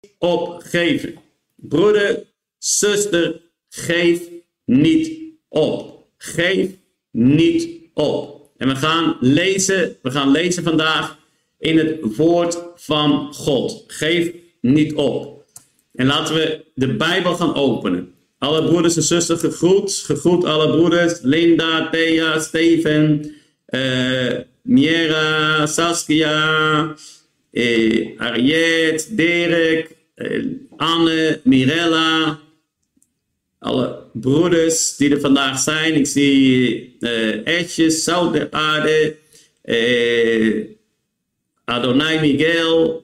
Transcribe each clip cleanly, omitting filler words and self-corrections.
opgeven. Broeder, zuster, geef niet op. Geef niet op. En we gaan lezen vandaag in het woord van God. Geef niet op. En laten we de Bijbel gaan openen. Alle broeders en zusters gegroet. Gegroet alle broeders. Linda, Thea, Steven, Miera, Saskia, Ariette, Dirk, Anne, Mirella. Alle broeders die er vandaag zijn. Ik zie Etjes, Zout der Aarde, Adonai Miguel.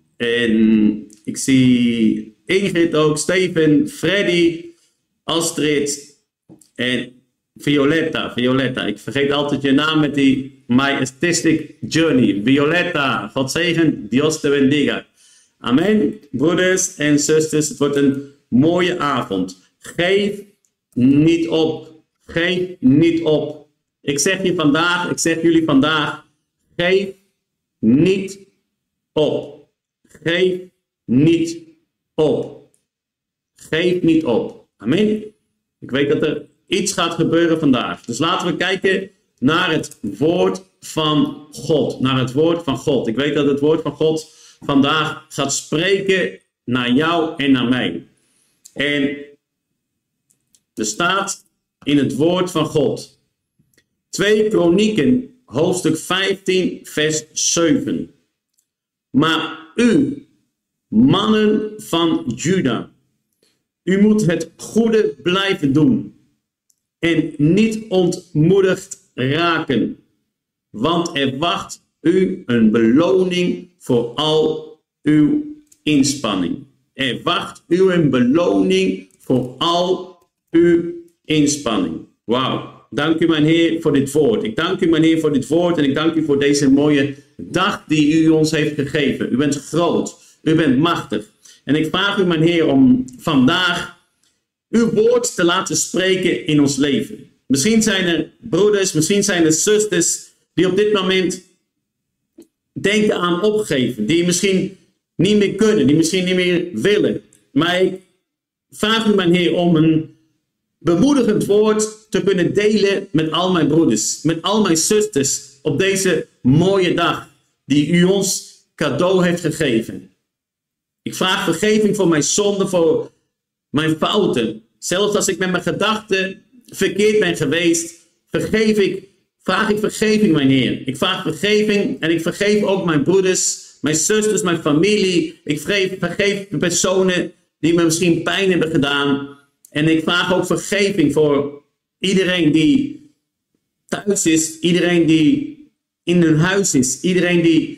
En ik zie Ingrid ook, Steven, Freddy, Astrid en Violetta. Ik vergeet altijd je naam met die My Artistic Journey. Violetta, God zegen, Dios te bendiga. Amen, broeders en zusters. Het wordt een mooie avond. Geef niet op. Geef niet op. Ik zeg jullie vandaag, geef niet op. Geef niet op. Geef niet op. Amen. Ik weet dat er iets gaat gebeuren vandaag. Dus laten we kijken naar het woord van God. Naar het woord van God. Ik weet dat het woord van God vandaag gaat spreken naar jou en naar mij. En er staat in het woord van God. 2 Kronieken, hoofdstuk 15, vers 7. Maar u, mannen van Juda, u moet het goede blijven doen en niet ontmoedigd raken, want er wacht u een beloning voor al uw inspanning. Er wacht u een beloning voor al uw inspanning. Wauw. Dank u, mijn Heer, voor dit woord. Ik dank u, mijn Heer, voor dit woord en ik dank u voor deze mooie dag die u ons heeft gegeven. U bent groot. U bent machtig. En ik vraag u, mijn Heer, om vandaag uw woord te laten spreken in ons leven. Misschien zijn er broeders, misschien zijn er zusters die op dit moment denken aan opgeven. Die misschien niet meer kunnen, die misschien niet meer willen. Maar ik vraag u, mijn Heer, om een bemoedigend woord te kunnen delen met al mijn broeders, met al mijn zusters op deze mooie dag die u ons cadeau heeft gegeven. Ik vraag vergeving voor mijn zonden, voor mijn fouten. Zelfs als ik met mijn gedachten verkeerd ben geweest, vraag ik vergeving, mijn Heer. Ik vraag vergeving en ik vergeef ook mijn broeders, mijn zusters, mijn familie. Ik vergeef de personen die me misschien pijn hebben gedaan. En ik vraag ook vergeving voor iedereen die thuis is, iedereen die in hun huis is, iedereen die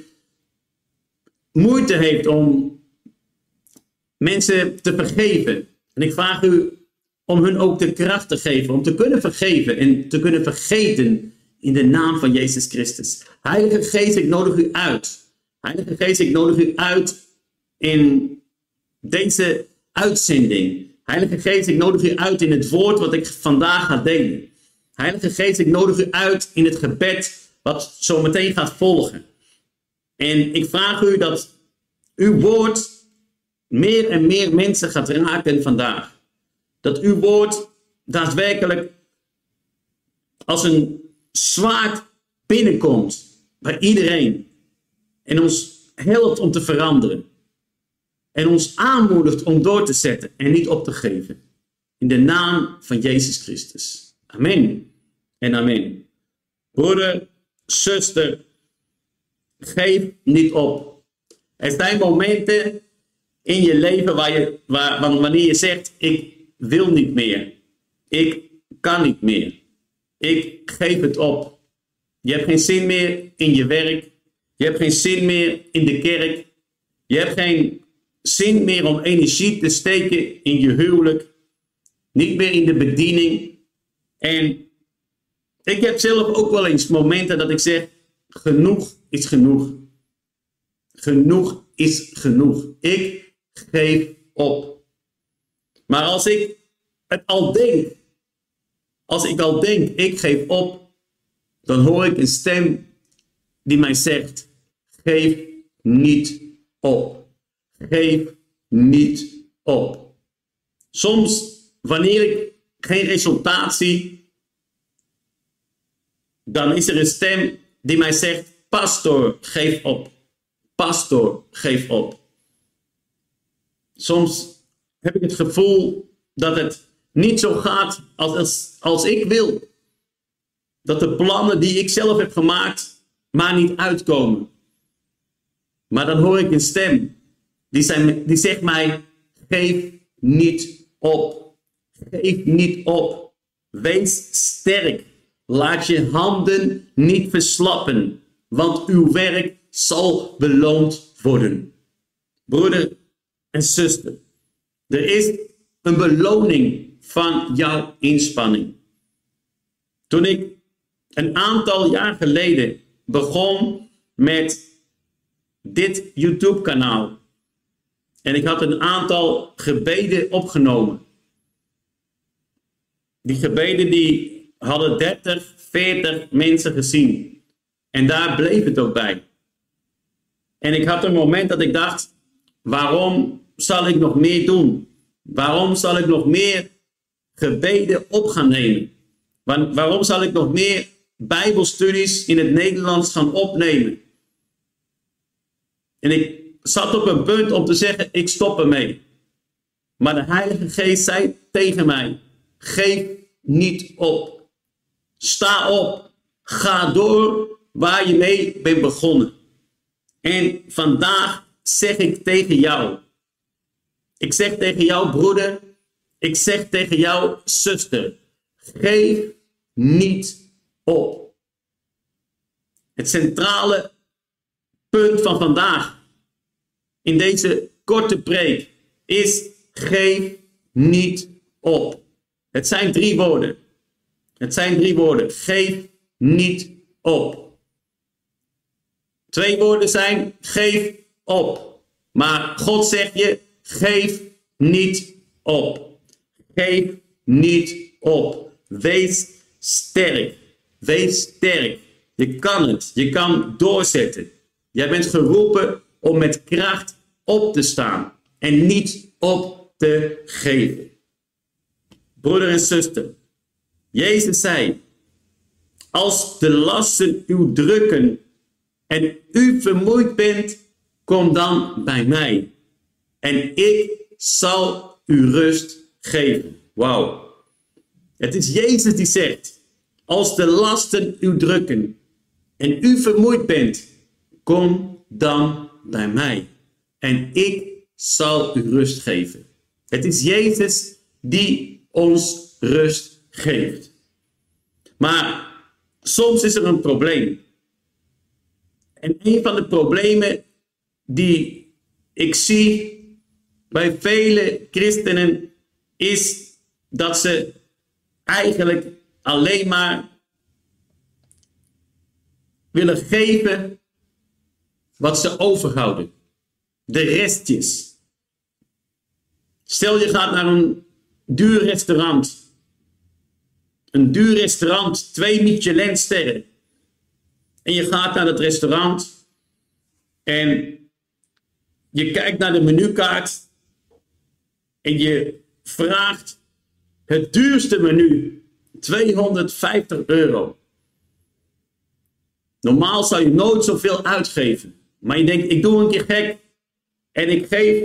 moeite heeft om mensen te vergeven. En ik vraag u om hun ook de kracht te geven, om te kunnen vergeven en te kunnen vergeten in de naam van Jezus Christus. Heilige Geest, ik nodig u uit. Heilige Geest, ik nodig u uit in deze uitzending. Heilige Geest, ik nodig u uit in het woord wat ik vandaag ga delen. Heilige Geest, ik nodig u uit in het gebed wat zo meteen gaat volgen. En ik vraag u dat uw woord meer en meer mensen gaat raken vandaag. Dat uw woord daadwerkelijk als een zwaard binnenkomt bij iedereen. En ons helpt om te veranderen. En ons aanmoedigt om door te zetten en niet op te geven. In de naam van Jezus Christus. Amen en amen. Broeder, zuster, geef niet op. Er zijn momenten in je leven wanneer je zegt, ik wil niet meer. Ik kan niet meer. Ik geef het op. Je hebt geen zin meer in je werk. Je hebt geen zin meer in de kerk. Je hebt geen zin meer om energie te steken in je huwelijk. Niet meer in de bediening. En ik heb zelf ook wel eens momenten dat ik zeg, genoeg is genoeg. Genoeg is genoeg. Ik geef op. Maar als ik al denk, ik geef op, dan hoor ik een stem die mij zegt, geef niet op. Geef niet op. Soms, wanneer ik geen resultaat zie, dan is er een stem die mij zegt, pastor, geef op. Pastor, geef op. Soms heb ik het gevoel dat het niet zo gaat als ik wil. Dat de plannen die ik zelf heb gemaakt maar niet uitkomen. Maar dan hoor ik een stem die zegt mij, geef niet op. Geef niet op. Wees sterk. Laat je handen niet verslappen, want uw werk zal beloond worden. Broeder en zuster, er is een beloning van jouw inspanning. Toen ik een aantal jaar geleden begon met dit YouTube-kanaal en ik had een aantal gebeden opgenomen. Die gebeden die hadden 30, 40 mensen gezien. En daar bleef het ook bij. En ik had een moment dat ik dacht, waarom zal ik nog meer doen? Waarom zal ik nog meer gebeden op gaan nemen? Waarom zal ik nog meer Bijbelstudies in het Nederlands gaan opnemen? En ik zat op een punt om te zeggen, ik stop ermee. Maar de Heilige Geest zei tegen mij, geef niet op. Sta op. Ga door waar je mee bent begonnen. En vandaag zeg ik tegen jou. Ik zeg tegen jou broeder. Ik zeg tegen jou zuster. Geef niet op. Het centrale punt van vandaag. In deze korte preek. Is geef niet op. Het zijn 3 woorden. Het zijn 3 woorden. Geef niet op. 2 woorden zijn geef op. Maar God zegt je, geef niet op. Geef niet op. Wees sterk. Wees sterk. Je kan het. Je kan doorzetten. Jij bent geroepen om met kracht op te staan. En niet op te geven. Broeder en zuster. Jezus zei, als de lasten u drukken en u vermoeid bent, kom dan bij mij. En ik zal u rust geven. Wauw. Het is Jezus die zegt, als de lasten u drukken en u vermoeid bent, kom dan bij mij. En ik zal u rust geven. Het is Jezus die ons rust geeft. Maar soms is er een probleem. En een van de problemen die ik zie bij vele christenen is dat ze eigenlijk alleen maar willen geven wat ze overhouden. De restjes. Stel je gaat naar een duur restaurant. Een duur restaurant, 2 Michelinsterren. En je gaat naar het restaurant en je kijkt naar de menukaart en je vraagt het duurste menu, €250. Normaal zou je nooit zoveel uitgeven. Maar je denkt, ik doe een keer gek en ik geef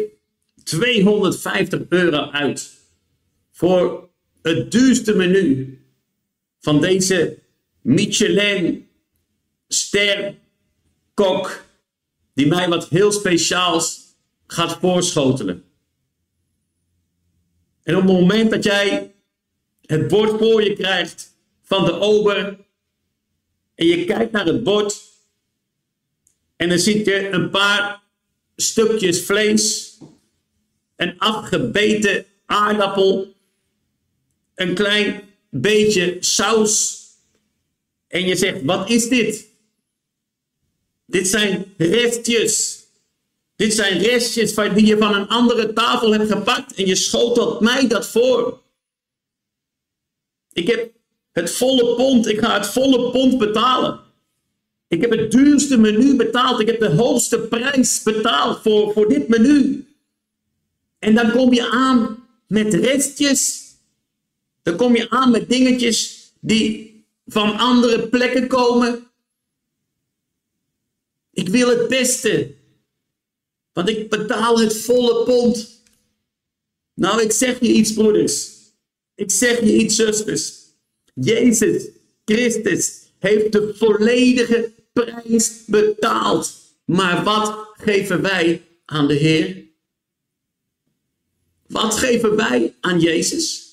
€250 uit voor het duurste menu van deze Michelin sterkok die mij wat heel speciaals gaat voorschotelen. En op het moment dat jij het bord voor je krijgt van de ober en je kijkt naar het bord en dan zie je een paar stukjes vlees, een afgebeten aardappel, een klein beetje saus en je zegt, wat is dit? Dit zijn restjes. Dit zijn restjes die je van een andere tafel hebt gepakt en je schotelt mij dat voor. Ik heb het volle pond, ik ga het volle pond betalen. Ik heb het duurste menu betaald, ik heb de hoogste prijs betaald voor dit menu. En dan kom je aan met restjes. Dan kom je aan met dingetjes die van andere plekken komen. Ik wil het beste. Want ik betaal het volle pond. Nou, ik zeg je iets, broeders. Ik zeg je iets, zusters. Jezus Christus heeft de volledige prijs betaald. Maar wat geven wij aan de Heer? Wat geven wij aan Jezus?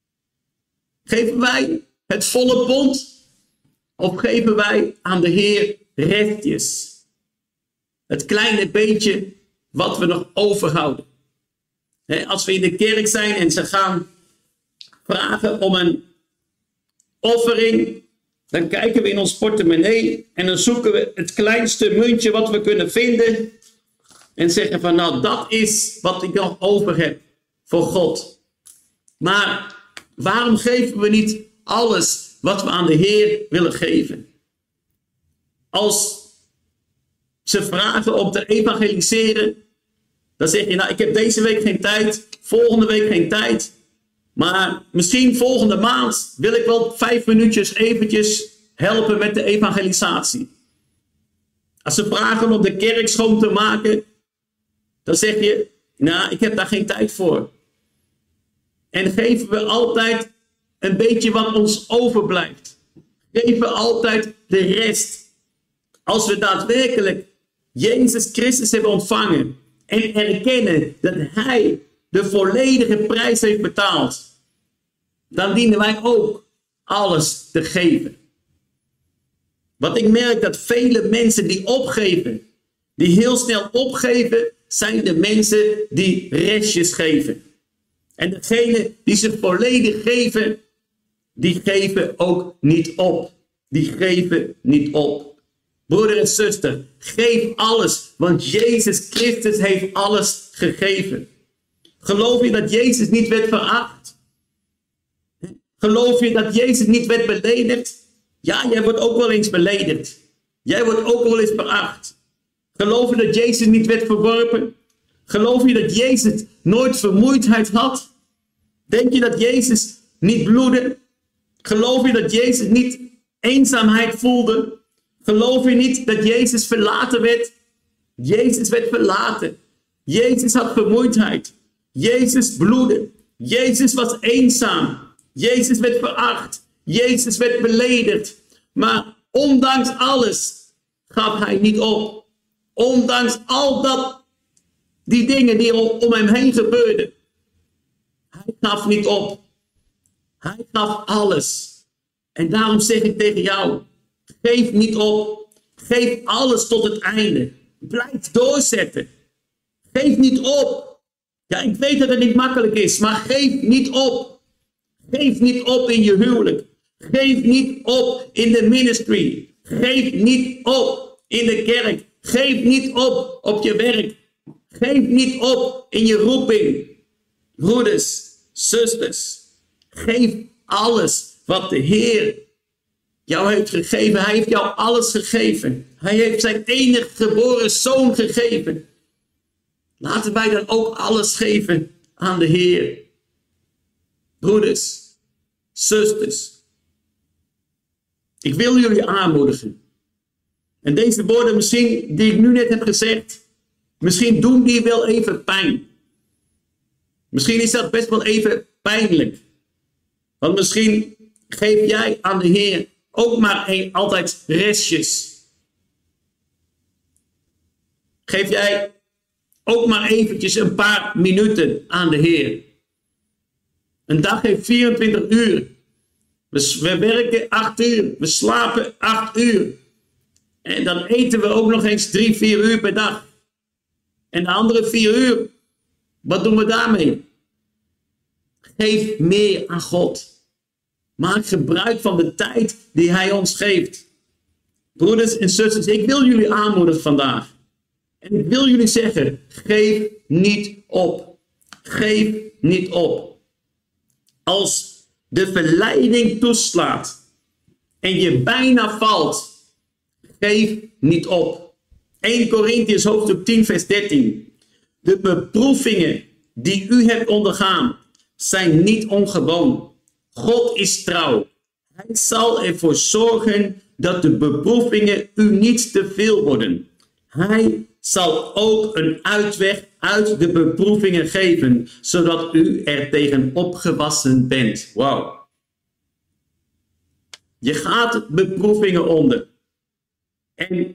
Geven wij het volle pond? Of geven wij aan de Heer restjes? Het kleine beetje wat we nog overhouden. Als we in de kerk zijn en ze gaan vragen om een offering, dan kijken we in ons portemonnee en dan zoeken we het kleinste muntje wat we kunnen vinden en zeggen van nou, dat is wat ik nog over heb voor God. Maar waarom geven we niet alles wat we aan de Heer willen geven? Als ze vragen om te evangeliseren, dan zeg je nou, ik heb deze week geen tijd, volgende week geen tijd. Maar misschien volgende maand wil ik wel 5 minuutjes eventjes helpen met de evangelisatie. Als ze vragen om de kerk schoon te maken, dan zeg je, nou, ik heb daar geen tijd voor. En geven we altijd een beetje wat ons overblijft. Geven we altijd de rest. Als we daadwerkelijk Jezus Christus hebben ontvangen en erkennen dat Hij de volledige prijs heeft betaald, dan dienen wij ook alles te geven. Wat ik merk, dat vele mensen die opgeven, die heel snel opgeven, zijn de mensen die restjes geven. En degenen die zich volledig geven, die geven ook niet op. Die geven niet op. Broeder en zuster, geef alles, want Jezus Christus heeft alles gegeven. Geloof je dat Jezus niet werd veracht? Geloof je dat Jezus niet werd beledigd? Ja, jij wordt ook wel eens beledigd. Jij wordt ook wel eens veracht. Geloof je dat Jezus niet werd verworpen? Geloof je dat Jezus nooit vermoeidheid had? Denk je dat Jezus niet bloedde? Geloof je dat Jezus niet eenzaamheid voelde? Geloof je niet dat Jezus verlaten werd? Jezus werd verlaten. Jezus had vermoeidheid. Jezus bloedde. Jezus was eenzaam. Jezus werd veracht. Jezus werd beledigd. Maar ondanks alles gaf hij niet op. Ondanks al die dingen die om hem heen gebeurden. Hij gaf niet op. Hij gaf alles. En daarom zeg ik tegen jou, geef niet op. Geef alles tot het einde. Blijf doorzetten. Geef niet op. Ja, ik weet dat het niet makkelijk is, maar geef niet op. Geef niet op in je huwelijk. Geef niet op in de ministry. Geef niet op in de kerk. Geef niet op je werk. Geef niet op in je roeping. Broeders, zusters, geef alles wat de Heer jou heeft gegeven. Hij heeft jou alles gegeven. Hij heeft zijn enige geboren zoon gegeven. Laten wij dan ook alles geven aan de Heer. Broeders, zusters, ik wil jullie aanmoedigen. En deze woorden misschien die ik nu net heb gezegd, misschien doen die wel even pijn. Misschien is dat best wel even pijnlijk. Want misschien geef jij aan de Heer ook maar altijd restjes. Geef jij ook maar eventjes een paar minuten aan de Heer. Een dag heeft 24 uur. We werken 8 uur. We slapen 8 uur. En dan eten we ook nog eens 3-4 uur per dag. En de andere 4 uur, wat doen we daarmee? Geef meer aan God. Maak gebruik van de tijd die Hij ons geeft. Broeders en zusters, ik wil jullie aanmoedigen vandaag. En ik wil jullie zeggen, geef niet op. Geef niet op. Als de verleiding toeslaat en je bijna valt, geef niet op. 1 Korintiërs hoofdstuk 10 vers 13. De beproevingen die u hebt ondergaan zijn niet ongewoon. God is trouw. Hij zal ervoor zorgen dat de beproevingen u niet te veel worden. Hij zal ook een uitweg uit de beproevingen geven, zodat u er tegen opgewassen bent. Wauw. Je gaat beproevingen onder. En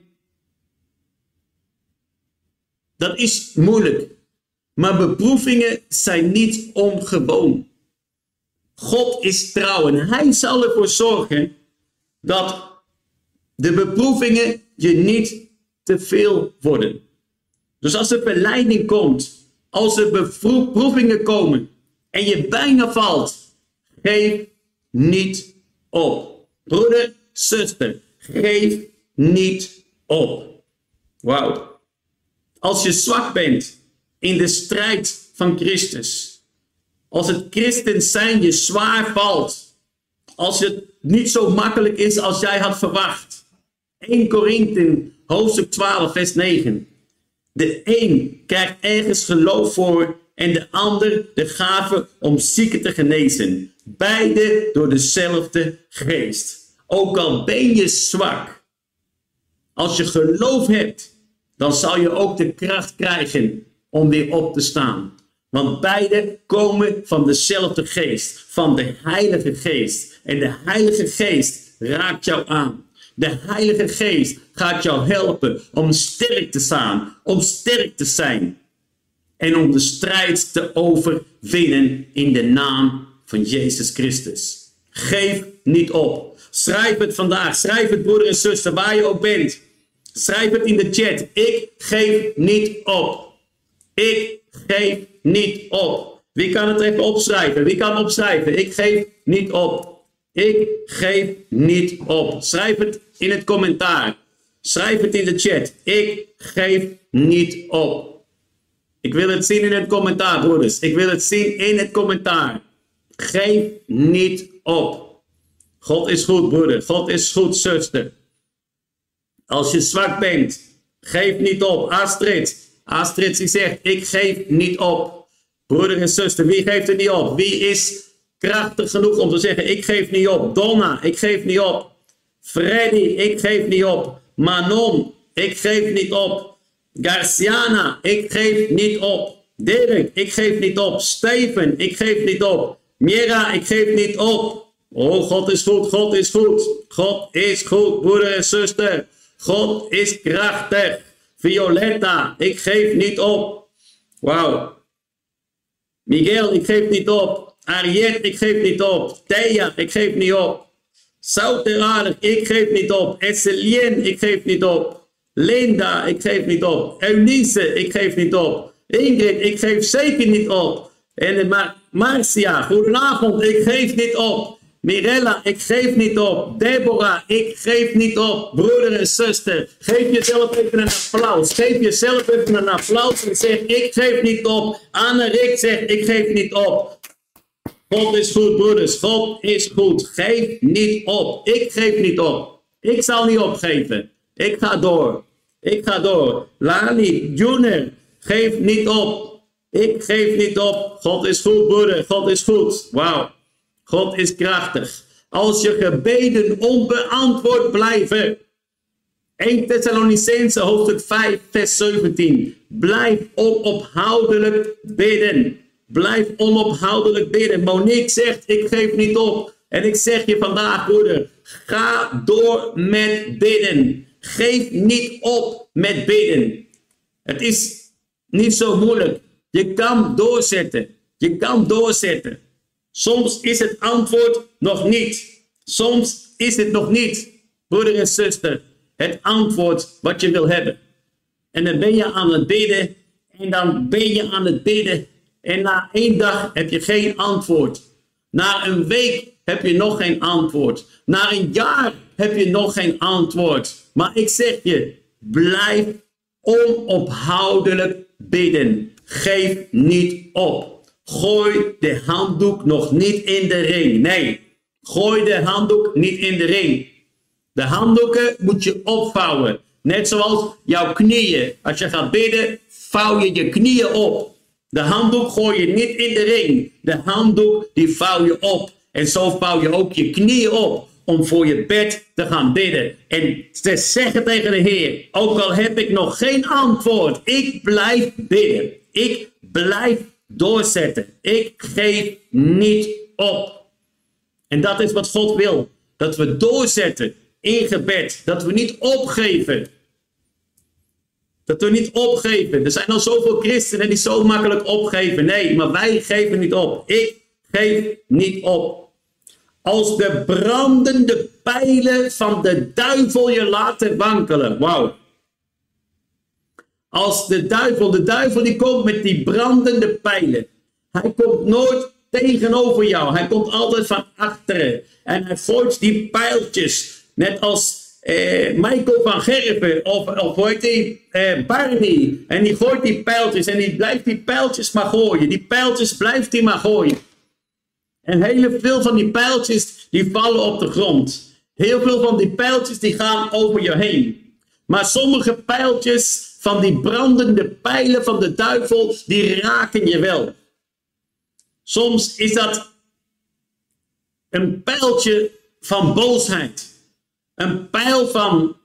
dat is moeilijk. Maar beproevingen zijn niet ongewoon. God is trouw en hij zal ervoor zorgen dat de beproevingen je niet te veel worden. Dus als er verleiding komt, als er beproevingen komen en je bijna valt, geef niet op. Broeder, zuster, geef niet op. Wauw. Als je zwak bent in de strijd van Christus, als het christen zijn je zwaar valt, als het niet zo makkelijk is als jij had verwacht. 1 Korinthe hoofdstuk 12 vers 9. De een krijgt ergens geloof voor en de ander de gave om zieken te genezen. Beide door dezelfde geest. Ook al ben je zwak, als je geloof hebt, dan zal je ook de kracht krijgen om weer op te staan. Want beide komen van dezelfde geest, van de Heilige Geest. En de Heilige Geest raakt jou aan. De Heilige Geest gaat jou helpen om sterk te staan, om sterk te zijn. En om de strijd te overwinnen in de naam van Jezus Christus. Geef niet op. Schrijf het vandaag. Schrijf het, broeder en zuster, waar je ook bent. Schrijf het in de chat. Ik geef niet op. Ik geef niet op. Wie kan het even opschrijven? Wie kan opschrijven? Ik geef niet op. Ik geef niet op. Schrijf het in het commentaar. Schrijf het in de chat. Ik geef niet op. Ik wil het zien in het commentaar, broeders. Ik wil het zien in het commentaar. Geef niet op. God is goed, broeder. God is goed, zuster. Als je zwak bent, geef niet op. Astrid die zegt, ik geef niet op. Broeder en zuster, wie geeft er niet op? Wie is krachtig genoeg om te zeggen, ik geef niet op? Donna, ik geef niet op. Freddy, ik geef niet op. Manon, ik geef niet op. Garciana, ik geef niet op. Dirk, ik geef niet op. Steven, ik geef niet op. Mira, ik geef niet op. Oh, God is goed, God is goed. God is goed, broeder en zuster. God is krachtig. Violetta, ik geef niet op. Wauw. Miguel, ik geef niet op. Ariette, ik geef niet op. Thea, ik geef niet op. Souteraardig, ik geef niet op. Esselien, ik geef niet op. Linda, ik geef niet op. Eunice, ik geef niet op. Ingrid, ik geef zeker niet op. En Marcia, goedenavond, ik geef niet op. Mirella, ik geef niet op. Deborah, ik geef niet op. Broeder en zuster, geef jezelf even een applaus. Geef jezelf even een applaus en zeg, ik geef niet op. Anne-Rick zegt, ik geef niet op. God is goed, broeders. God is goed. Geef niet op. Ik geef niet op. Ik zal niet opgeven. Ik ga door. Ik ga door. Lani, Junior, geef niet op. Ik geef niet op. God is goed, broeder. God is goed. Wauw. God is krachtig. Als je gebeden onbeantwoord blijven. 1 Thessalonicenzen hoofdstuk 5 vers 17. Blijf onophoudelijk bidden. Blijf onophoudelijk bidden. Monique zegt, ik geef niet op. En ik zeg je vandaag, broeder, ga door met bidden. Geef niet op met bidden. Het is niet zo moeilijk. Je kan doorzetten. Je kan doorzetten. Soms is het antwoord nog niet. Soms is het nog niet, broeder en zuster, het antwoord wat je wil hebben. En dan ben je aan het bidden. En dan ben je aan het bidden. En na 1 dag heb je geen antwoord. Na een week heb je nog geen antwoord. Na een jaar heb je nog geen antwoord. Maar ik zeg je, blijf onophoudelijk bidden. Geef niet op. Gooi de handdoek nog niet in de ring. Nee, gooi de handdoek niet in de ring. De handdoeken moet je opvouwen. Net zoals jouw knieën. Als je gaat bidden, vouw je je knieën op. De handdoek gooi je niet in de ring. De handdoek die vouw je op. En zo vouw je ook je knieën op om voor je bed te gaan bidden. En te zeggen tegen de Heer, ook al heb ik nog geen antwoord, ik blijf bidden. Ik blijf doorzetten. Ik geef niet op. En dat is wat God wil. Dat we doorzetten in gebed. Dat we niet opgeven. Dat we niet opgeven. Er zijn al zoveel christenen die zo makkelijk opgeven. Nee, maar wij geven niet op. Ik geef niet op. Als de brandende pijlen van de duivel je laten wankelen. Wauw. Als de duivel die komt met die brandende pijlen. Hij komt nooit tegenover jou. Hij komt altijd van achteren. En hij gooit die pijltjes. Net als Michael van Gerven of hoe heet die, Barney. En die gooit die pijltjes en die blijft die pijltjes maar gooien. Die pijltjes blijft hij maar gooien. En heel veel van die pijltjes die vallen op de grond. Heel veel van die pijltjes die gaan over je heen. Maar sommige pijltjes van die brandende pijlen van de duivel, die raken je wel. Soms is dat een pijltje van boosheid. Een pijl van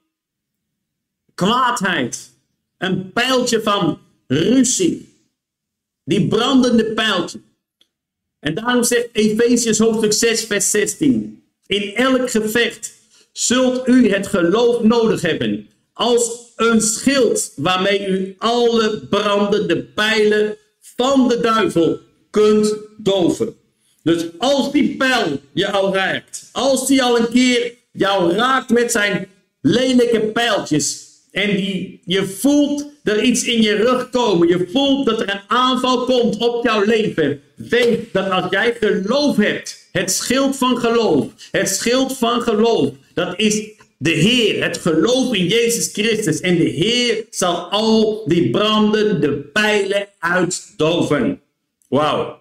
kwaadheid. Een pijltje van ruzie. Die brandende pijltje. En daarom zegt Efesiërs hoofdstuk 6 vers 16. In elk gevecht zult u het geloof nodig hebben. Als een schild waarmee u alle brandende pijlen van de duivel kunt doven. Dus als die pijl je al raakt. Als die al een keer jou raakt met zijn lelijke pijltjes. En je voelt er iets in je rug komen. Je voelt dat er een aanval komt op jouw leven. Weet dat als jij geloof hebt. Het schild van geloof. Het schild van geloof. Dat is de Heer. Het geloof in Jezus Christus. En de Heer zal al die brandende pijlen uitdoven. Wauw.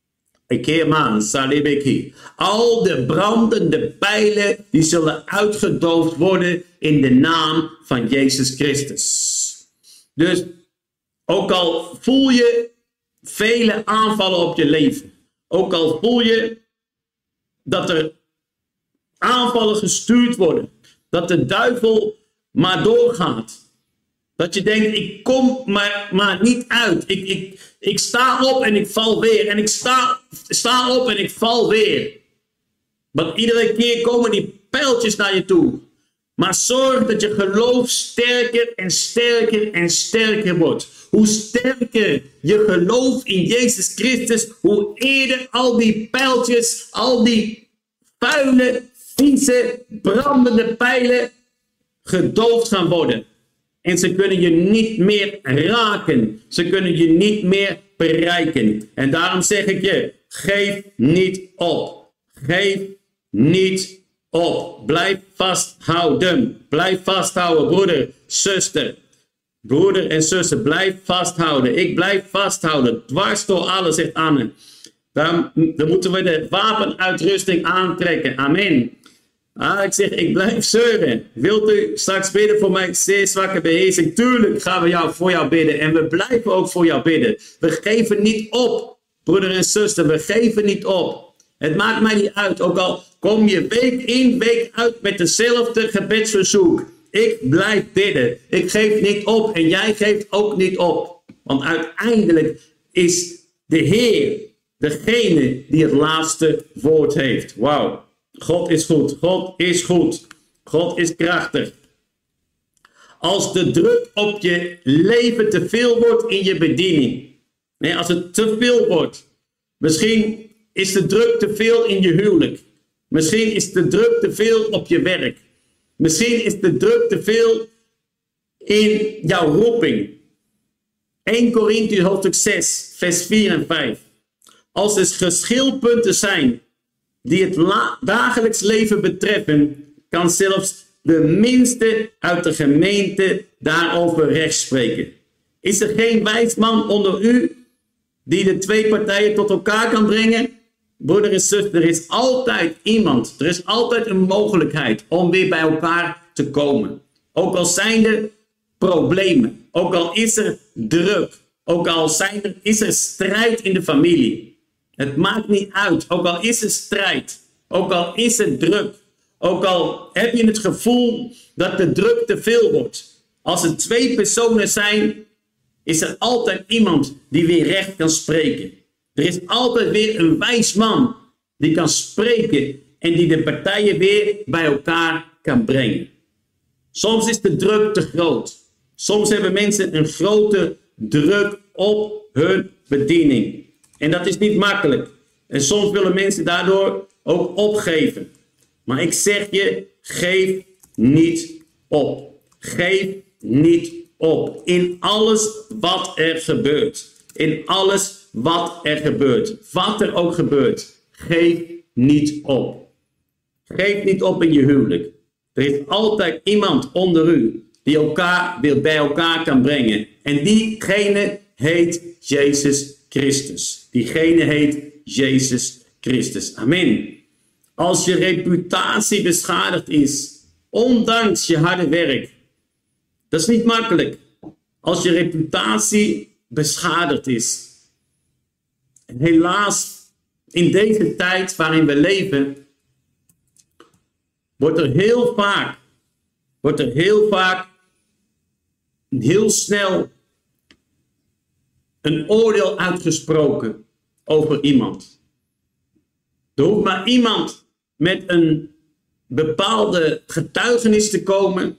Ekeman, salibeki. Al de brandende pijlen die zullen uitgedoofd worden in de naam van Jezus Christus. Dus ook al voel je vele aanvallen op je leven. Ook al voel je dat er aanvallen gestuurd worden. Dat de duivel maar doorgaat. Dat je denkt, ik kom maar niet uit. Ik sta op en ik val weer. En ik sta op en ik val weer. Want iedere keer komen die pijltjes naar je toe. Maar zorg dat je geloof sterker en sterker en sterker wordt. Hoe sterker je geloof in Jezus Christus, hoe eerder al die pijltjes, al die vuile, vieze, brandende pijlen gedoofd gaan worden. En ze kunnen je niet meer raken. Ze kunnen je niet meer bereiken. En daarom zeg ik je, geef niet op. Geef niet op. Blijf vasthouden. Blijf vasthouden, broeder, zuster. Broeder en zuster, blijf vasthouden. Ik blijf vasthouden. Dwars door alles, zegt Anne. Dan moeten we de wapenuitrusting aantrekken. Amen. Ik zeg, ik blijf zeuren. Wilt u straks bidden voor mij zeer zwakke beheersing? Tuurlijk gaan we voor jou bidden. En we blijven ook voor jou bidden. We geven niet op, broeder en zuster. We geven niet op. Het maakt mij niet uit. Ook al kom je week in, week uit met dezelfde gebedsverzoek. Ik blijf bidden. Ik geef niet op. En jij geeft ook niet op. Want uiteindelijk is de Heer degene die het laatste woord heeft. Wauw. God is goed. God is goed. God is krachtig. Als de druk op je leven te veel wordt in je bediening. Nee, als het te veel wordt. Misschien is de druk te veel in je huwelijk. Misschien is de druk te veel op je werk. Misschien is de druk te veel in jouw roeping. 1 Korinthe hoofdstuk 6 vers 4 en 5. Als er geschilpunten zijn die het dagelijks leven betreffen, kan zelfs de minste uit de gemeente daarover recht spreken. Is er geen wijs man onder u die de twee partijen tot elkaar kan brengen? Broeder en zuster, er is altijd iemand, er is altijd een mogelijkheid om weer bij elkaar te komen. Ook al zijn er problemen, ook al is er druk, Ook al is er strijd in de familie. Het maakt niet uit. Ook al is er strijd. Ook al is er druk. Ook al heb je het gevoel dat de druk te veel wordt. Als er 2 personen zijn, is er altijd iemand die weer recht kan spreken. Er is altijd weer een wijs man die kan spreken en die de partijen weer bij elkaar kan brengen. Soms is de druk te groot. Soms hebben mensen een grote druk op hun bediening. En dat is niet makkelijk. En soms willen mensen daardoor ook opgeven. Maar ik zeg je, geef niet op. Geef niet op. In alles wat er gebeurt. In alles wat er gebeurt. Wat er ook gebeurt. Geef niet op. Geef niet op in je huwelijk. Er is altijd iemand onder u die elkaar weer bij elkaar kan brengen. En diegene heet Jezus Christus. Diegene heet Jezus Christus. Amen. Als je reputatie beschadigd is, ondanks je harde werk. Dat is niet makkelijk. Als je reputatie beschadigd is. En helaas, in deze tijd waarin we leven, wordt er heel snel een oordeel uitgesproken over iemand. Er hoeft maar iemand met een bepaalde getuigenis te komen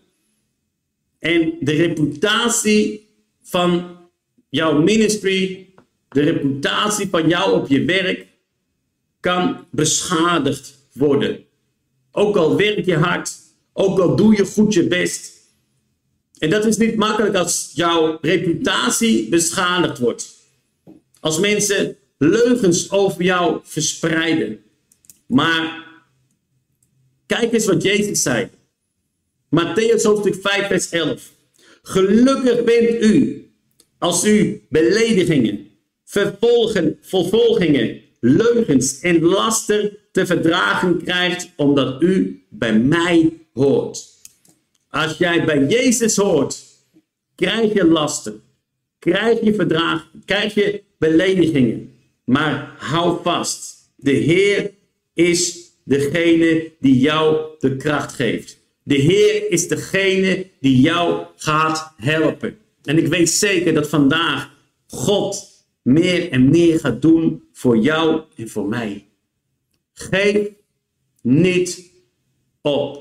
en de reputatie van jouw ministry, de reputatie van jou op je werk kan beschadigd worden. Ook al werk je hard, ook al doe je goed je best. En dat is niet makkelijk als jouw reputatie beschadigd wordt. Als mensen leugens over jou verspreiden. Maar kijk eens wat Jezus zei. Mattheüs hoofdstuk 5 vers 11. Gelukkig bent u als u beledigingen, vervolgingen, leugens en laster te verdragen krijgt omdat u bij mij hoort. Als jij bij Jezus hoort, krijg je lasten, krijg je verdragen, krijg je beledigingen. Maar hou vast, de Heer is degene die jou de kracht geeft. De Heer is degene die jou gaat helpen. En ik weet zeker dat vandaag God meer en meer gaat doen voor jou en voor mij. Geef niet op.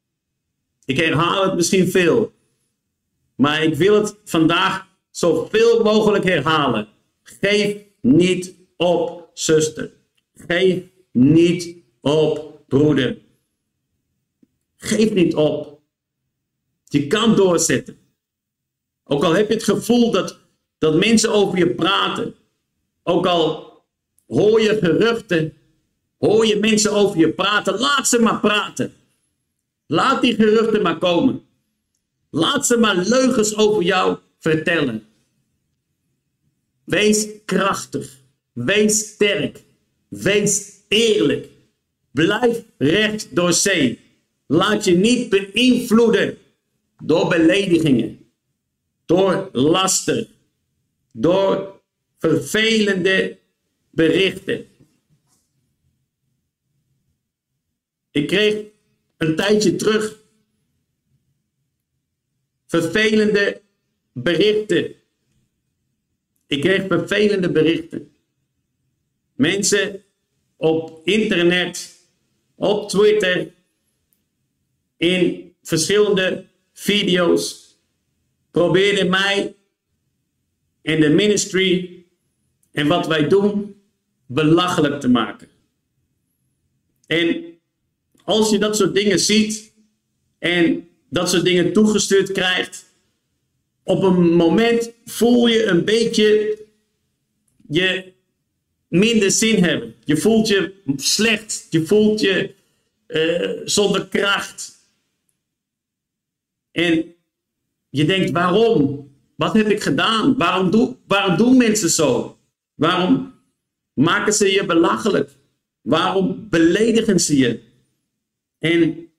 Ik herhaal het misschien veel. Maar ik wil het vandaag zoveel mogelijk herhalen. Geef niet op, zuster. Geef niet op, broeder. Geef niet op. Je kan doorzetten. Ook al heb je het gevoel dat mensen over je praten. Ook al hoor je geruchten. Hoor je mensen over je praten. Laat ze maar praten. Laat die geruchten maar komen. Laat ze maar leugens over jou vertellen. Wees krachtig. Wees sterk. Wees eerlijk. Blijf recht door zee. Laat je niet beïnvloeden door beledigingen. Door laster. Door vervelende berichten. Ik kreeg een tijdje terug vervelende berichten. Ik kreeg vervelende berichten. Mensen op internet, op Twitter, in verschillende video's probeerden mij en de ministry en wat wij doen belachelijk te maken. En als je dat soort dingen ziet en dat soort dingen toegestuurd krijgt, op een moment voel je een beetje je minder zin hebben. Je voelt je slecht. Je voelt je zonder kracht. En je denkt, waarom? Wat heb ik gedaan? Waarom doen mensen zo? Waarom maken ze je belachelijk? Waarom beledigen ze je? En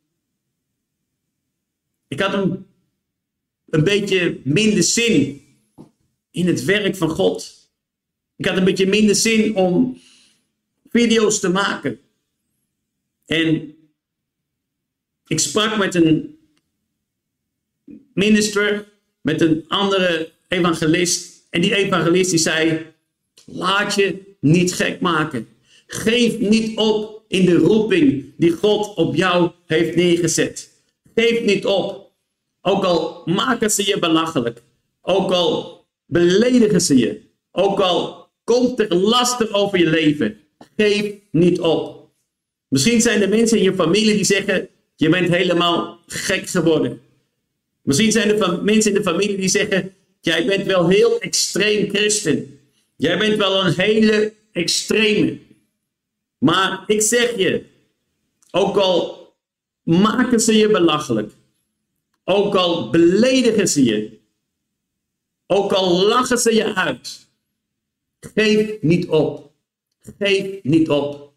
ik had een beetje minder zin in het werk van God. Ik had een beetje minder zin om video's te maken. En ik sprak met een minister, met een andere evangelist. En die evangelist die zei, laat je niet gek maken. Geef niet op in de roeping die God op jou heeft neergezet. Geef niet op. Ook al maken ze je belachelijk. Ook al beledigen ze je. Ook al komt er laster over je leven. Geef niet op. Misschien zijn er mensen in je familie die zeggen, je bent helemaal gek geworden. Misschien zijn er mensen in de familie die zeggen, jij bent wel heel extreem christen. Jij bent wel een hele extreme. Maar ik zeg je, ook al maken ze je belachelijk. Ook al beledigen ze je. Ook al lachen ze je uit. Geef niet op. Geef niet op.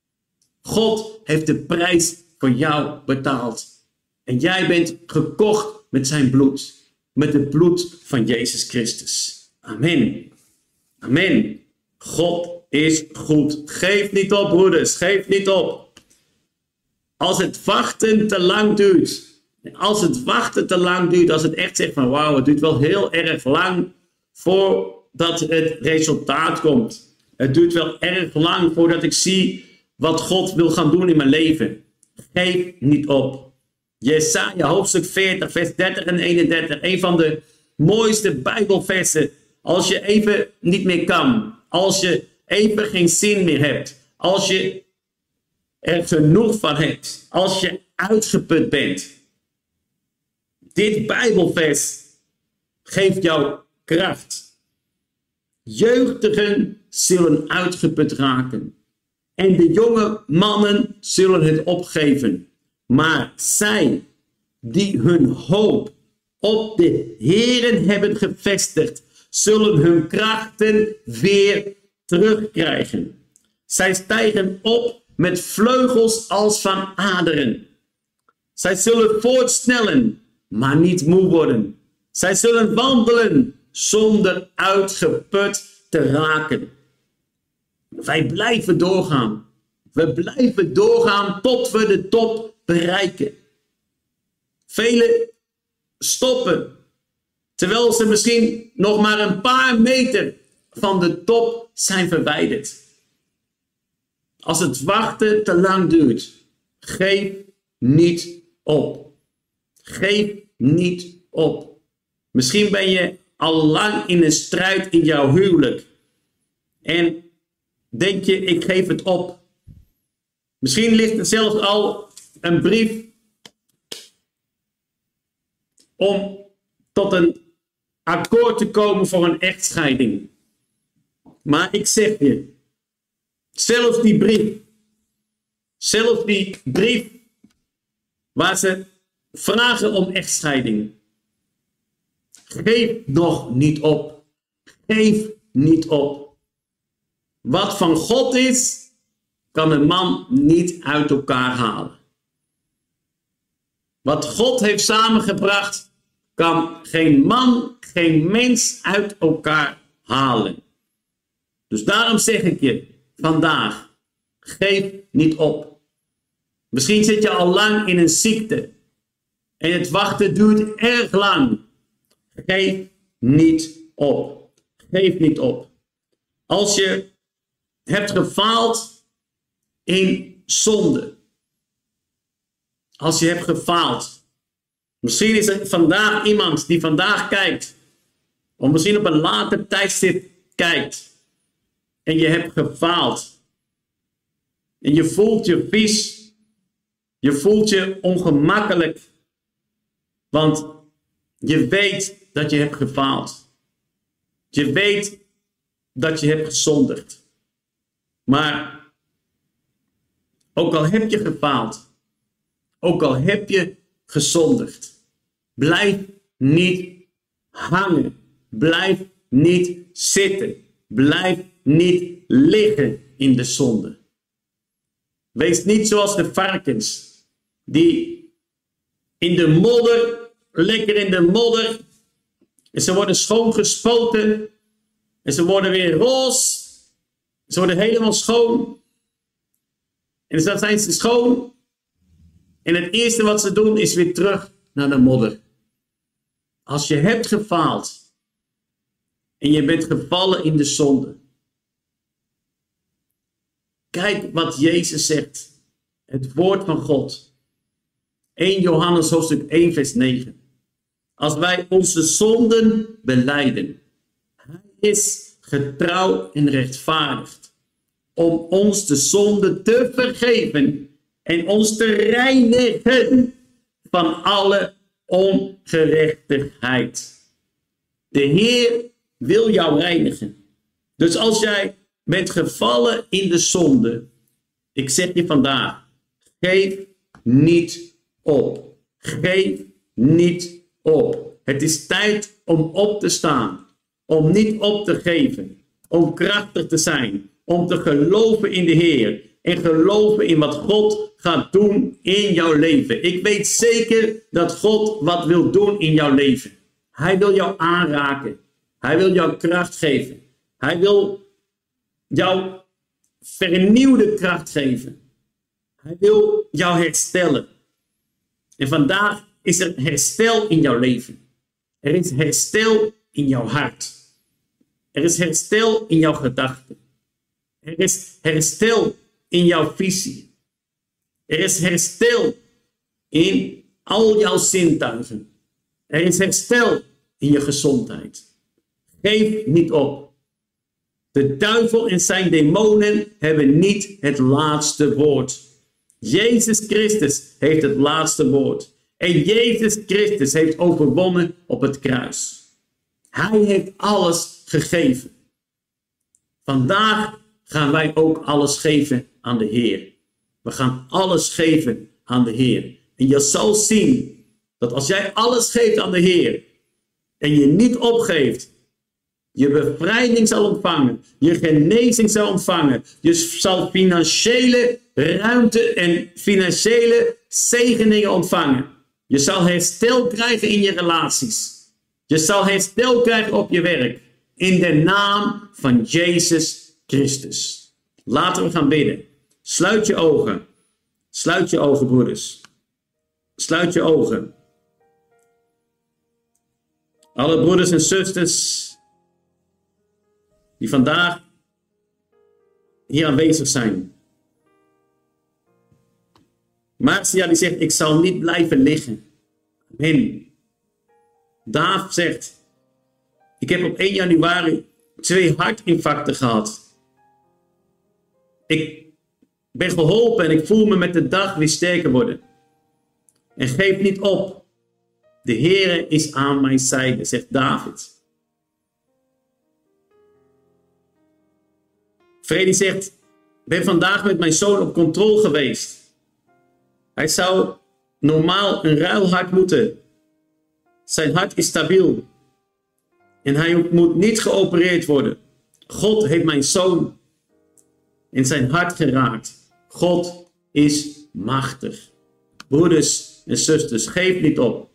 God heeft de prijs voor jou betaald. En jij bent gekocht met zijn bloed. Met het bloed van Jezus Christus. Amen. Amen. God is goed. Geef niet op, broeders. Geef niet op. Als het wachten te lang duurt. Als het wachten te lang duurt. Als het echt zegt van wauw, het duurt wel heel erg lang voordat het resultaat komt. Het duurt wel erg lang voordat ik zie wat God wil gaan doen in mijn leven. Geef niet op. Jesaja hoofdstuk 40 vers 30 en 31. Een van de mooiste Bijbelversen. Als je even niet meer kan. Als je even geen zin meer hebt. Als je er genoeg van hebt. Als je uitgeput bent. Dit Bijbelvers geeft jou kracht. Jeugdigen zullen uitgeput raken. En de jonge mannen zullen het opgeven. Maar zij die hun hoop op de Heeren hebben gevestigd, zullen hun krachten weer terugkrijgen. Zij stijgen op met vleugels als van aderen. Zij zullen voortsnellen, maar niet moe worden. Zij zullen wandelen zonder uitgeput te raken. Wij blijven doorgaan. We blijven doorgaan tot we de top bereiken. Velen stoppen, terwijl ze misschien nog maar een paar meter van de top zijn verwijderd. Als het wachten te lang duurt, geef niet op. Geef niet op. Misschien ben je al lang in een strijd in jouw huwelijk. En denk je, ik geef het op. Misschien ligt er zelfs al een brief om tot een akkoord te komen voor een echtscheiding. Maar ik zeg je, zelfs die brief waar ze vragen om echtscheiding. Geef nog niet op. Geef niet op. Wat van God is, kan een man niet uit elkaar halen. Wat God heeft samengebracht, kan geen man, geen mens uit elkaar halen. Dus daarom zeg ik je vandaag, geef niet op. Misschien zit je al lang in een ziekte en het wachten duurt erg lang. Geef niet op. Geef niet op. Als je hebt gefaald in zonde. Als je hebt gefaald. Misschien is er vandaag iemand die vandaag kijkt. Of misschien op een later tijdstip kijkt. En je hebt gefaald. En je voelt je vies. Je voelt je ongemakkelijk. Want je weet dat je hebt gefaald. Je weet dat je hebt gezondigd. Maar ook al heb je gefaald. Ook al heb je gezondigd. Blijf niet hangen. Blijf niet zitten. Blijf niet liggen in de zonde. Wees niet zoals de varkens. Die in de modder, lekker in de modder. En ze worden schoongespoten En ze worden weer roze. Ze worden helemaal schoon. En dan zijn ze schoon. En het eerste wat ze doen is weer terug naar de modder. Als je hebt gefaald. En je bent gevallen in de zonde. Kijk wat Jezus zegt. Het woord van God. 1 Johannes hoofdstuk 1 vers 9. Als wij onze zonden belijden. Hij is getrouw en rechtvaardig. Om ons de zonde te vergeven. En ons te reinigen van alle ongerechtigheid. De Heer wil jou reinigen. Dus als jij bent gevallen in de zonde. Ik zeg je vandaag. Geef niet op. Geef niet op. Het is tijd om op te staan. Om niet op te geven. Om krachtig te zijn. Om te geloven in de Heer. En geloven in wat God gaat doen in jouw leven. Ik weet zeker dat God wat wil doen in jouw leven. Hij wil jou aanraken. Hij wil jou kracht geven. Hij wil jou vernieuwde kracht geven. Hij wil jou herstellen. En vandaag is er herstel in jouw leven. Er is herstel in jouw hart. Er is herstel in jouw gedachten. Er is herstel in jouw visie. Er is herstel in al jouw zintuigen. Er is herstel in je gezondheid. Geef niet op. De duivel en zijn demonen hebben niet het laatste woord. Jezus Christus heeft het laatste woord. En Jezus Christus heeft overwonnen op het kruis. Hij heeft alles gegeven. Vandaag gaan wij ook alles geven aan de Heer. We gaan alles geven aan de Heer. En je zal zien dat als jij alles geeft aan de Heer en je niet opgeeft, je bevrijding zal ontvangen, je genezing zal ontvangen, je zal financiële ruimte en financiële zegeningen ontvangen. Je zal herstel krijgen in je relaties. Je zal herstel krijgen op je werk. In de naam van Jezus Christus. Laten we gaan bidden. Sluit je ogen. Sluit je ogen, broeders. Sluit je ogen. Alle broeders en zusters die vandaag hier aanwezig zijn. Marcia die zegt, ik zal niet blijven liggen. Amen. Daaf zegt, ik heb op 1 januari 2 hartinfarcten gehad. Ik ben geholpen en ik voel me met de dag weer sterker worden. En geef niet op. De Heere is aan mijn zijde, zegt David. Freddy zegt, ik ben vandaag met mijn zoon op controle geweest. Hij zou normaal een ruilhart moeten. Zijn hart is stabiel. En hij moet niet geopereerd worden. God heeft mijn zoon in zijn hart geraakt. God is machtig. Broeders en zusters, geef niet op.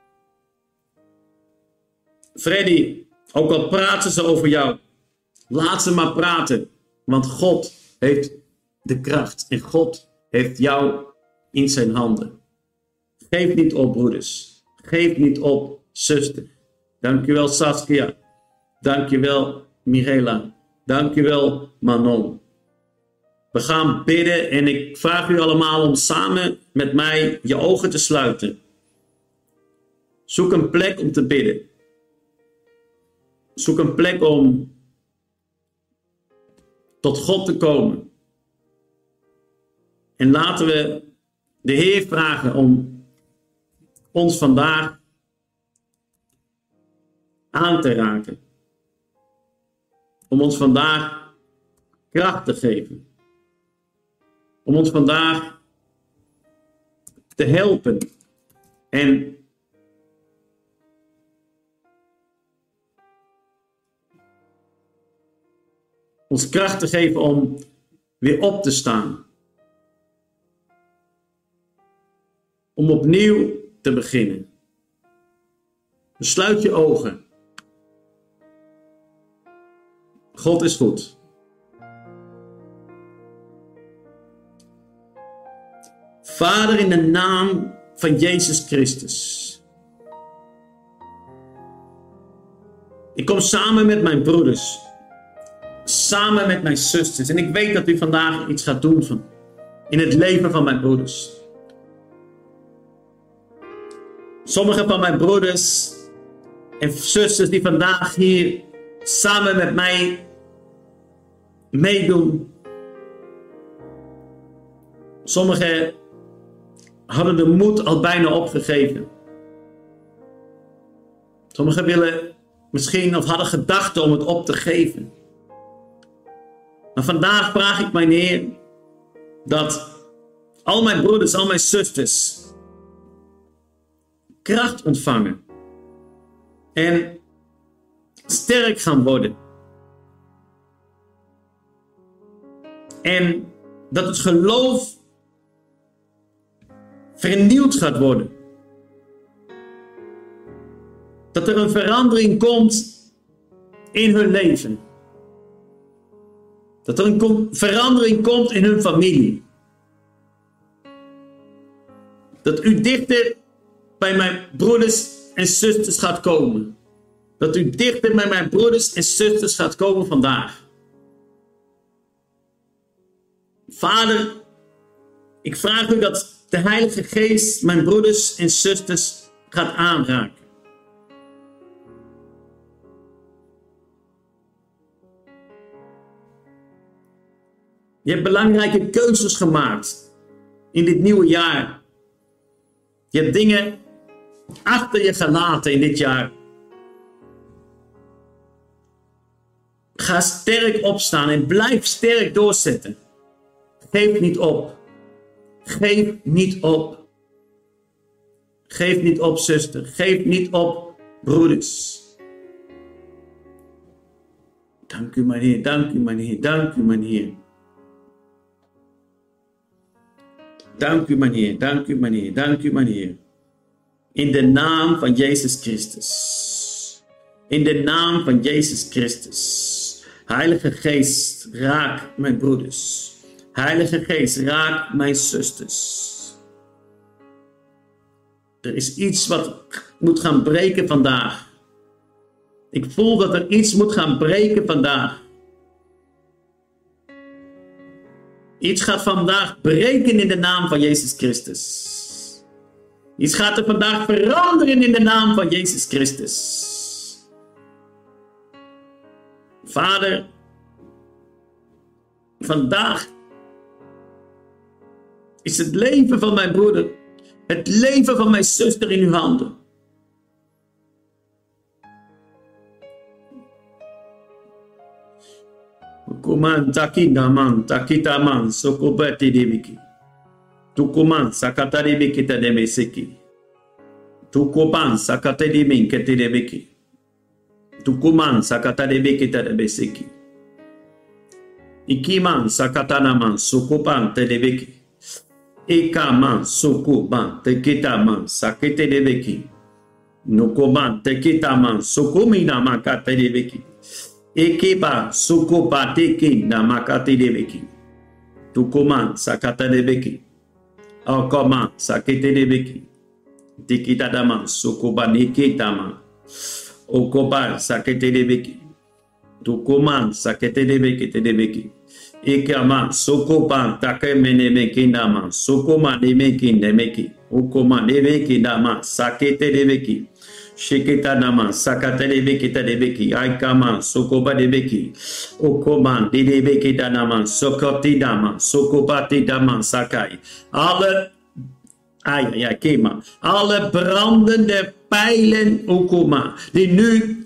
Freddy, ook al praten ze over jou, laat ze maar praten. Want God heeft de kracht en God heeft jou in zijn handen. Geef niet op, broeders. Geef niet op, zuster. Dankjewel, Saskia. Dankjewel, Mirela. Dankjewel, Manon. We gaan bidden en ik vraag u allemaal om samen met mij je ogen te sluiten. Zoek een plek om te bidden. Zoek een plek om tot God te komen. En laten we de Heer vragen om ons vandaag aan te raken. Om ons vandaag kracht te geven. Om ons vandaag te helpen. En ons kracht te geven om weer op te staan. Om opnieuw te beginnen. Dus sluit je ogen. God is goed. Vader, in de naam van Jezus Christus. Ik kom samen met mijn broeders. Samen met mijn zusters. En ik weet dat u vandaag iets gaat doen in het leven van mijn broeders. Sommige van mijn broeders en zusters die vandaag hier samen met mij meedoen. Sommigen hadden de moed al bijna opgegeven. Sommigen willen misschien of hadden gedachten om het op te geven. Maar vandaag vraag ik mijn Heer dat al mijn broeders, al mijn zusters kracht ontvangen en sterk gaan worden. En dat het geloof vernieuwd gaat worden. Dat er een verandering komt in hun leven. Dat er een verandering komt in hun familie. Dat u dichter bij mijn broeders en zusters gaat komen. Dat u dichter bij mijn broeders en zusters gaat komen vandaag. Vader, ik vraag u dat de Heilige Geest mijn broeders en zusters gaat aanraken. Je hebt belangrijke keuzes gemaakt in dit nieuwe jaar. Je hebt dingen achter je gelaten in dit jaar. Ga sterk opstaan en blijf sterk doorzetten. Geef niet op. Geef niet op. Geef niet op, zuster. Geef niet op, broeders. Dank u, mijn Heer. Dank u, mijn Heer. Dank u, mijn Heer. Dank u, mijn Heer. Dank u, mijn Heer. Dank u, mijn Heer. In de naam van Jezus Christus. In de naam van Jezus Christus. Heilige Geest, raak mijn broeders. Heilige Geest, raak mijn zusters. Er is iets wat moet gaan breken vandaag. Ik voel dat er iets moet gaan breken vandaag. Iets gaat vandaag breken in de naam van Jezus Christus. Iets gaat er vandaag veranderen in de naam van Jezus Christus. Vader, vandaag is het leven van mijn broeder, het leven van mijn zuster in uw handen. Kuman takinaman takitaman sokobati debiki. Tukuman sakatadebiki tademeseki. Tukuban sakatadebin ketedebiki. Tukuman sakatadebiki tademeseki. Ikiman sakatanaman sokopan tedebiki. Ikaman sokoban tekitaman saketedebiki. Nukoban tekitaman sokominaman katedebiki. Ekeba sukoba teki namakati debeki. Tukuman sakata debeki. Okoman sakete debeki. Tikita daman sukoba nikitaman. Okoba sakete debeki. Tukuman sakete debeki te debeki. Ekaman sukoban takemene meki naman. Sukoma nemeki nemeki. Ukoma nemeki naman sakete debeki. Shikita naman sakata debeki ta debeki aikaman sokoba debeki okoman debeki ta naman sokoti daman sokopati daman sakai alle kema alle brandende pijlen okoma die nu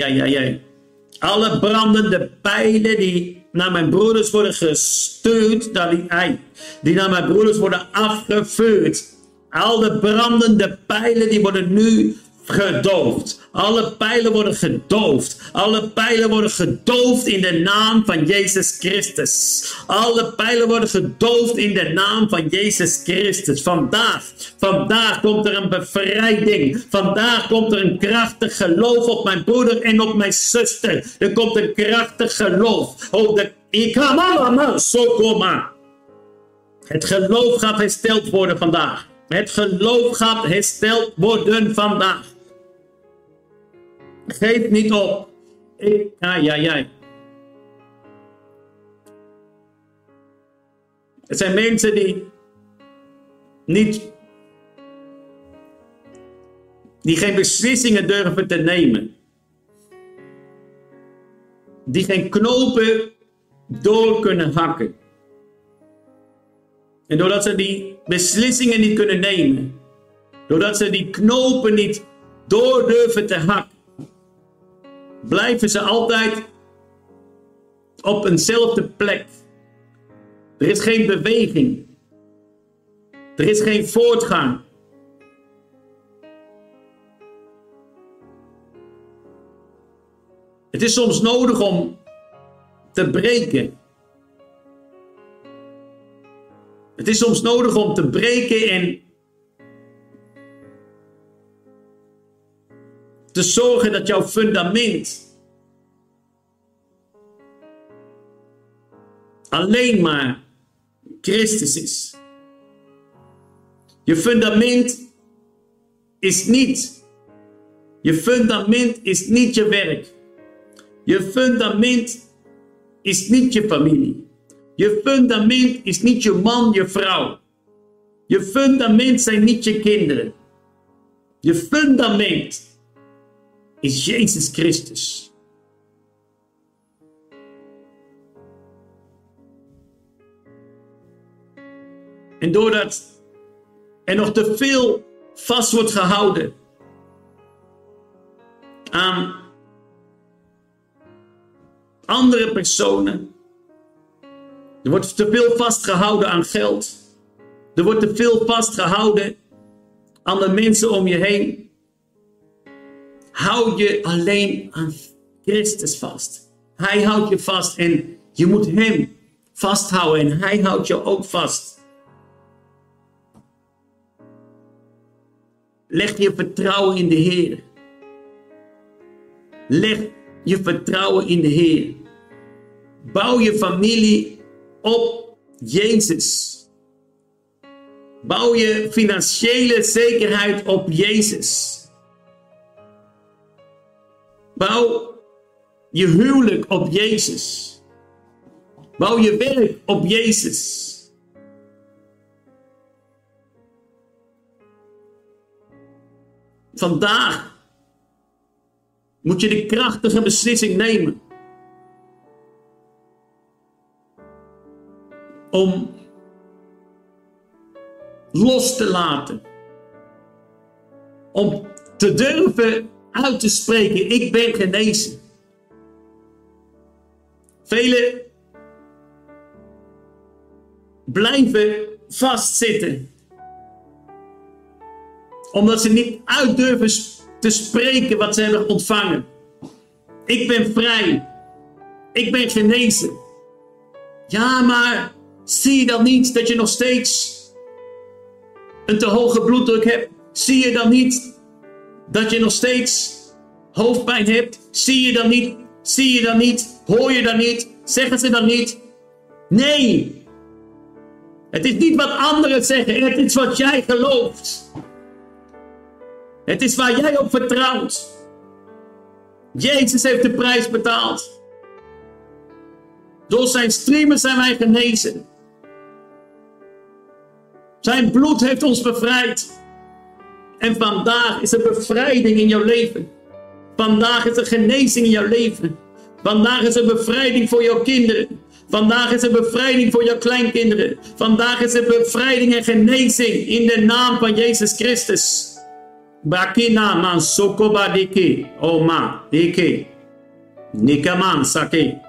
alle brandende pijlen die naar mijn broeders worden gestuurd die naar mijn broeders worden afgevuurd al de brandende pijlen die worden nu gedoofd. Alle pijlen worden gedoofd. Alle pijlen worden gedoofd in de naam van Jezus Christus. Alle pijlen worden gedoofd in de naam van Jezus Christus. Vandaag komt er een bevrijding. Vandaag komt er een krachtig geloof op mijn broeder en op mijn zuster. Er komt een krachtig geloof. Het geloof gaat hersteld worden vandaag. Het geloof gaat hersteld worden vandaag. Geef niet op. Er zijn mensen die geen beslissingen durven te nemen. Die geen knopen door kunnen hakken. En doordat ze die beslissingen niet kunnen nemen, doordat ze die knopen niet door durven te hakken, blijven ze altijd op eenzelfde plek. Er is geen beweging. Er is geen voortgang. Het is soms nodig om te breken. Het is soms nodig om te breken en te zorgen dat jouw fundament alleen maar Christus is. Je fundament is niet je werk. Je fundament is niet je familie. Je fundament is niet je man, je vrouw. Je fundament zijn niet je kinderen. Je fundament is Jezus Christus. En doordat er nog te veel vast wordt gehouden aan andere personen. Er wordt te veel vastgehouden aan geld. Er wordt te veel vastgehouden aan de mensen om je heen. Hou je alleen aan Christus vast. Hij houdt je vast en je moet hem vasthouden en hij houdt je ook vast. Leg je vertrouwen in de Heer. Leg je vertrouwen in de Heer. Bouw je familie op Jezus. Bouw je financiële zekerheid op Jezus. Bouw je huwelijk op Jezus. Bouw je werk op Jezus. Vandaag moet je de krachtige beslissing nemen om los te laten. Om te durven uit te spreken, ik ben genezen. Velen blijven vastzitten. Omdat ze niet uit durven te spreken wat ze hebben ontvangen. Ik ben vrij. Ik ben genezen. Ja, maar zie je dan niet dat je nog steeds een te hoge bloeddruk hebt? Zie je dan niet dat je nog steeds hoofdpijn hebt? Zie je dan niet? Zie je dan niet? Hoor je dan niet? Zeggen ze dan niet? Nee. Het is niet wat anderen zeggen. Het is wat jij gelooft. Het is waar jij op vertrouwt. Jezus heeft de prijs betaald. Door zijn striemen zijn wij genezen. Zijn bloed heeft ons bevrijd. En vandaag is er bevrijding in jouw leven. Vandaag is er genezing in jouw leven. Vandaag is er bevrijding voor jouw kinderen. Vandaag is er bevrijding voor jouw kleinkinderen. Vandaag is er bevrijding en genezing in de naam van Jezus Christus. Bakina man sokoba deke, oma deke, nikaman sake,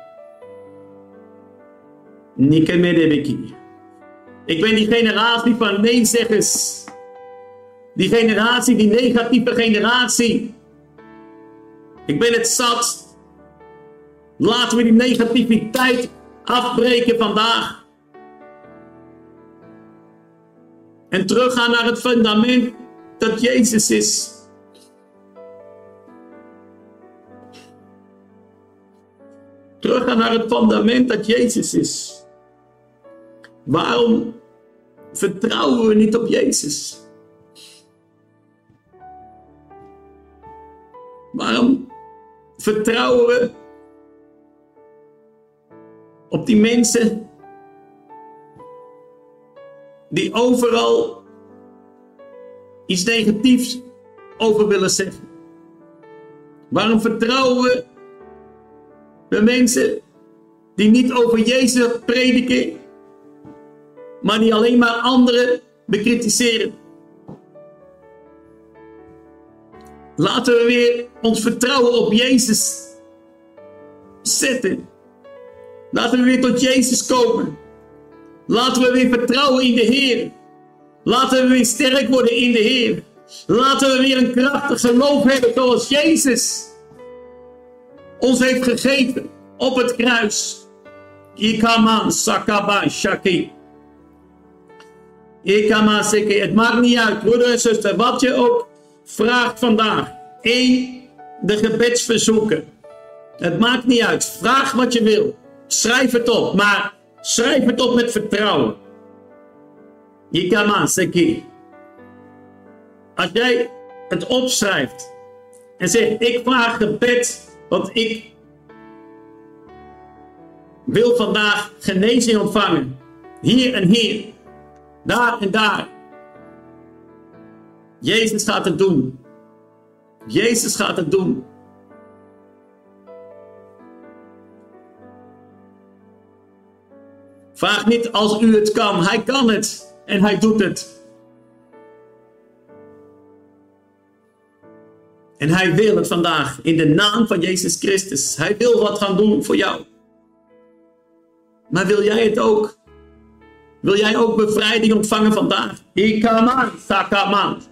nikemedebeki. Ik ben die generatie van nee-zeggers Die generatie, die negatieve generatie. Ik ben het zat. Laten we die negativiteit afbreken vandaag. En teruggaan naar het fundament dat Jezus is. Teruggaan naar het fundament dat Jezus is. Waarom vertrouwen we niet op Jezus? Waarom vertrouwen we op die mensen die overal iets negatiefs over willen zeggen? Waarom vertrouwen we de mensen die niet over Jezus prediken, maar die alleen maar anderen bekritiseren? Laten we weer ons vertrouwen op Jezus zetten. Laten we weer tot Jezus komen. Laten we weer vertrouwen in de Heer. Laten we weer sterk worden in de Heer. Laten we weer een krachtig geloof hebben zoals Jezus ons heeft gegeven op het kruis. Ikaman sakaba shaki. Ikaman seki. Het maakt niet uit, broeder en zuster, wat je ook vraagt vandaag. De gebedsverzoeken. Het maakt niet uit. Vraag wat je wil. Schrijf het op, maar schrijf het op met vertrouwen. Ikaman seki. Als jij het opschrijft en zegt, ik vraag gebed, want ik wil vandaag genezing ontvangen. Hier en hier. Daar en daar. Jezus gaat het doen. Jezus gaat het doen. Vraag niet als u het kan. Hij kan het. En hij doet het. En hij wil het vandaag. In de naam van Jezus Christus. Hij wil wat gaan doen voor jou. Maar wil jij het ook? Wil jij ook bevrijding ontvangen vandaag? Ikaman, sakaman.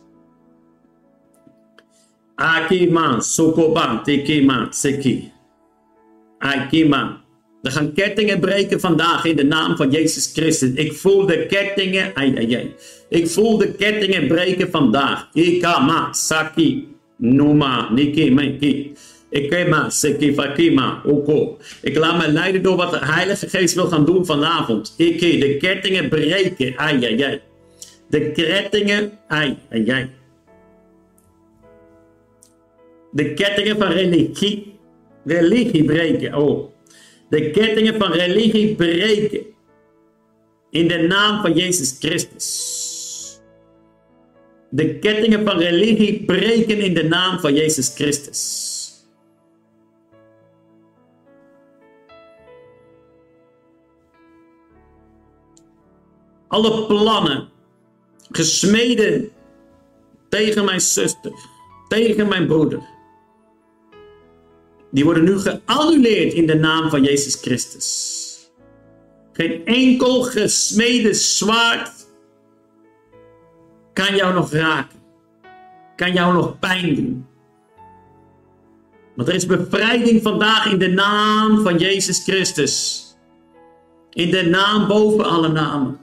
Akiman, sokoban, tekeman, seki. Akiman. Er gaan kettingen breken vandaag in de naam van Jezus Christus. Ik voel de kettingen. Ik voel de kettingen breken vandaag. Ikama, saki, numa, niki, meki. Ikema, seki, fakima, oko. Ik laat me leiden door wat de Heilige Geest wil gaan doen vanavond. De kettingen breken. De kettingen. De kettingen van religie breken. Oh. De kettingen van religie breken. In de naam van Jezus Christus. De kettingen van religie breken in de naam van Jezus Christus. Alle plannen gesmeden tegen mijn zuster, tegen mijn broeder, die worden nu geannuleerd in de naam van Jezus Christus. Geen enkel gesmeden zwaard kan jou nog raken, kan jou nog pijn doen. Want er is bevrijding vandaag in de naam van Jezus Christus. In de naam boven alle namen.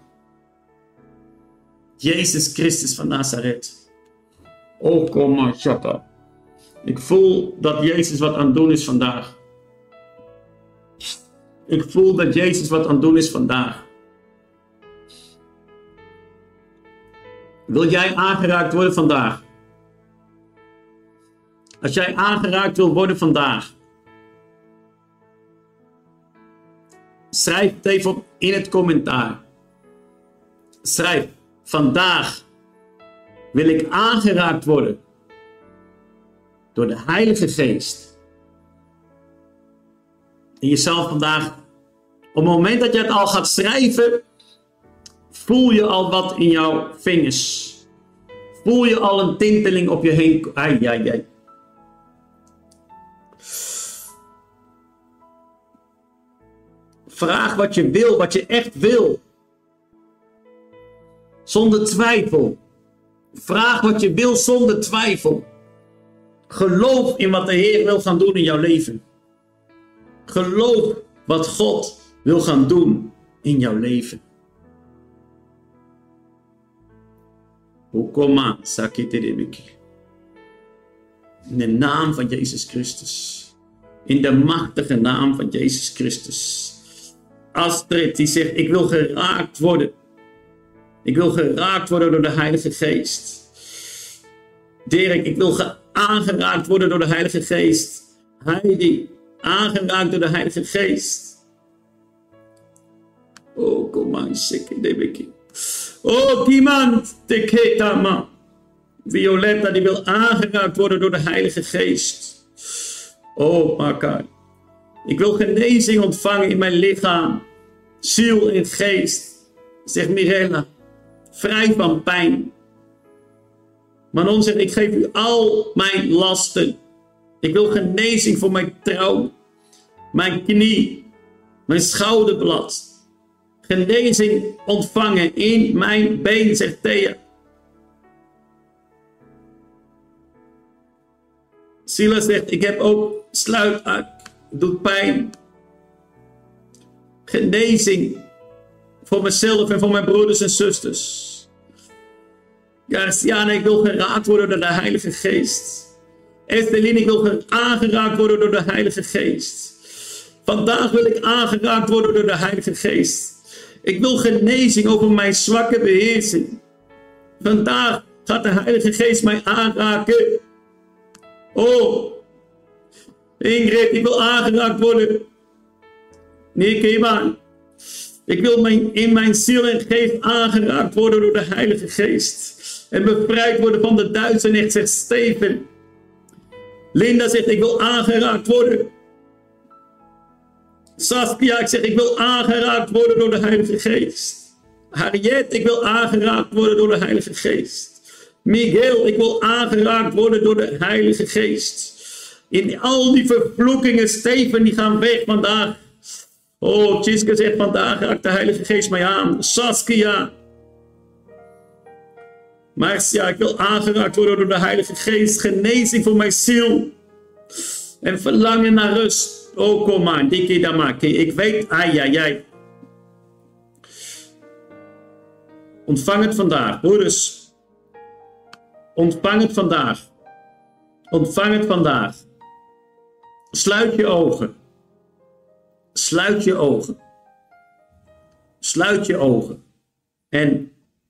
Jezus Christus van Nazareth. Oh, kom maar, shaka. Ik voel dat Jezus wat aan het doen is vandaag. Ik voel dat Jezus wat aan het doen is vandaag. Wil jij aangeraakt worden vandaag? Als jij aangeraakt wil worden vandaag, schrijf het even op in het commentaar. Schrijf, vandaag wil ik aangeraakt worden door de Heilige Geest. En jezelf vandaag, op het moment dat je het al gaat schrijven, voel je al wat in jouw vingers. Voel je al een tinteling op je heen. Vraag wat je wil, wat je echt wil. Zonder twijfel. Vraag wat je wil zonder twijfel. Geloof in wat de Heer wil gaan doen in jouw leven. Geloof wat God wil gaan doen in jouw leven. In de naam van Jezus Christus. In de machtige naam van Jezus Christus. Astrid die zegt, ik wil geraakt worden. Ik wil geraakt worden door de Heilige Geest. Dirk, ik wil aangeraakt worden door de Heilige Geest. Heidi, aangeraakt door de Heilige Geest. Oh, kom maar, zeker, Debeki. Oh, iemand, de ketama. Violetta, die wil aangeraakt worden door de Heilige Geest. Oh, Makai. Ik wil genezing ontvangen in mijn lichaam, ziel en geest. Zegt Mirella, vrij van pijn. Manon zegt, ik geef u al mijn lasten. Ik wil genezing voor mijn trouw, mijn knie, mijn schouderblad. Genezing ontvangen in mijn been, zegt Thea. Sila zegt, ik heb ook sluituik, doet pijn. Genezing voor mezelf en voor mijn broeders en zusters. Garciana, ik wil geraakt worden door de Heilige Geest. Esteline, ik wil aangeraakt worden door de Heilige Geest. Vandaag wil ik aangeraakt worden door de Heilige Geest. Ik wil genezing over mijn zwakke beheersing. Vandaag gaat de Heilige Geest mij aanraken. Oh, Ingrid, ik wil aangeraakt worden. Nikema, ik wil in mijn ziel en geest aangeraakt worden door de Heilige Geest. En bevrijd worden van de duisternis, zegt Steven. Linda zegt, ik wil aangeraakt worden. Saskia, ik zeg, ik wil aangeraakt worden door de Heilige Geest. Harriet, ik wil aangeraakt worden door de Heilige Geest. Miguel, ik wil aangeraakt worden door de Heilige Geest. In al die vervloekingen, Steven, die gaan weg vandaag. Oh, Tjiske zegt, vandaag raakt de Heilige Geest mij aan. Saskia. Marcia, ik wil aangeraakt worden door de Heilige Geest. Genezing voor mijn ziel. En verlangen naar rust. Oh, kom maar, Dikkie Damaki. Ik weet, ai. Ontvang het vandaag, broeders. Ontvang het vandaag. Ontvang het vandaag. Sluit je ogen. Sluit je ogen. Sluit je ogen. En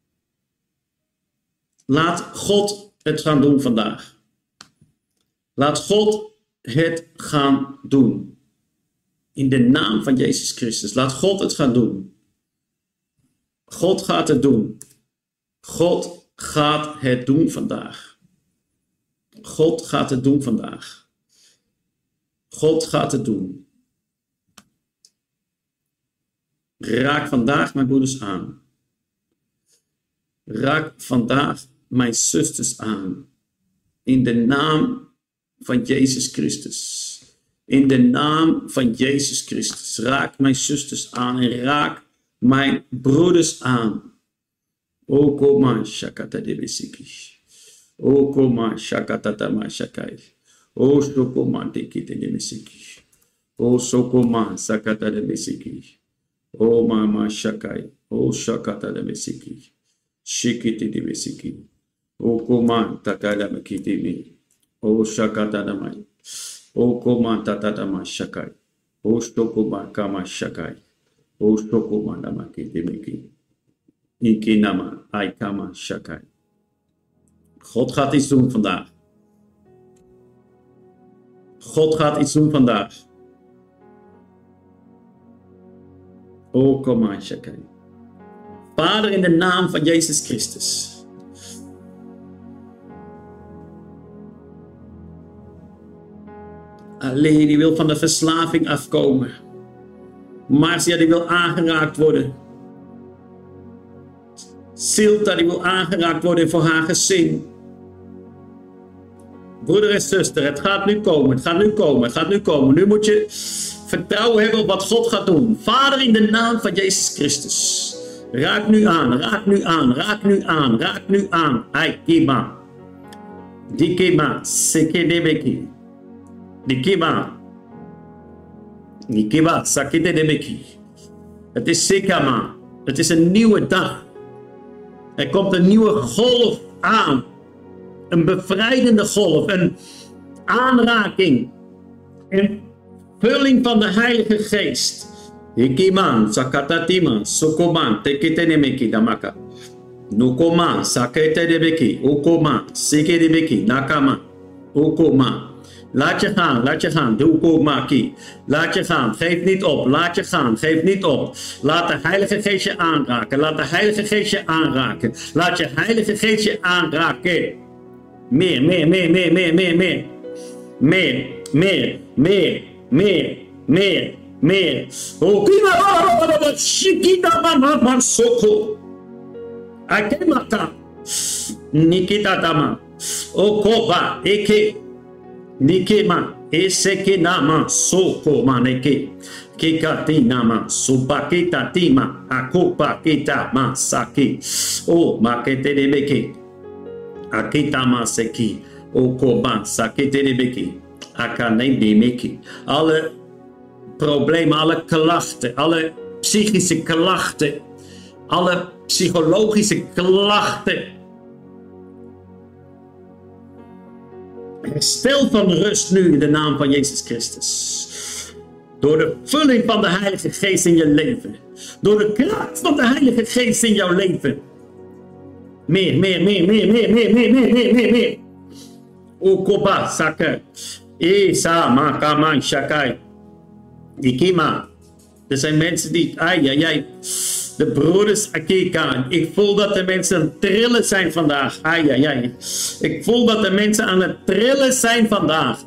laat God het gaan doen vandaag. Laat God het gaan doen. In de naam van Jezus Christus. Laat God het gaan doen. God gaat het doen. God gaat het doen vandaag. God gaat het doen vandaag. God gaat het doen. Raak vandaag mijn broeders aan. Raak vandaag mijn zusters aan. In de naam van Jezus Christus. In de naam van Jezus Christus. Raak mijn zusters aan en raak mijn broeders aan. O koma shakata de besiki. O koma shakata tama shakai. O sokoma dekite de besiki. O sokoma sakata de besiki. O mama shakai. O shakata de besiki. Shikiti de besiki. O koma takada makiti mi. O shakata damai. O koma tatama shakai. O sokoma kama shakai. O sokoma damakiti miki. Ikinama, Aikama, Shakai. God gaat iets doen vandaag. God gaat iets doen vandaag. O Koma, Shakai. Vader, in de naam van Jezus Christus. Alleen die wil van de verslaving afkomen. Marcia die wil aangeraakt worden. Silta die wil aangeraakt worden voor haar gezin. Broeder en zuster, het gaat nu komen. Het gaat nu komen. Het gaat nu komen. Nu moet je vertrouwen hebben op wat God gaat doen. Vader, in de naam van Jezus Christus. Raak nu aan, raak nu aan, raak nu aan, raak nu aan. Aikima. Dikima, sekedebeki. Dikima. Dikima, sakedebeki. Het is Sekama. Het is een nieuwe dag. Er komt een nieuwe golf aan. Een bevrijdende golf. Een aanraking. Een vulling van de Heilige Geest. Ikiman, sakatatima, sokoman, teketenemeki damaka. Nukoma, saketedebeki, okoma, sekedebeki, nakama, okoma. Laat je gaan, laat je gaan. Doe komaki. Laat je gaan, geef niet op. Laat je gaan, geef niet op. Laat de Heilige Geest je aanraken. Laat de Heilige Geest je aanraken. Laat je Heilige Geest je aanraken. Meer, meer, meer, meer, meer, meer, meer. Meer, meer, meer, meer, meer, meer. Okima, shikita mama soko. Akemaka. Nikita dama. Okoba, eke. Nikema, esekenama, soko maneke, kekatinama, supaketatima, akopaketa masake, o maketenebeke, aketama seki, okoba, saketenebeke, akanemeke. Alle problemen, alle klachten, alle psychische klachten, alle psychologische klachten. Herstel van rust nu in de naam van Jezus Christus. Door de vulling van de Heilige Geest in je leven. Door de kracht van de Heilige Geest in jouw leven. Meer, meer, meer, meer, meer, meer, meer, meer, meer, meer, meer. Okoba, sakke. Isa, makaman, shakai. Ikima. Er zijn mensen die, de broeders Akika. Ik voel dat de mensen aan het trillen zijn vandaag. Ik voel dat de mensen aan het trillen zijn vandaag.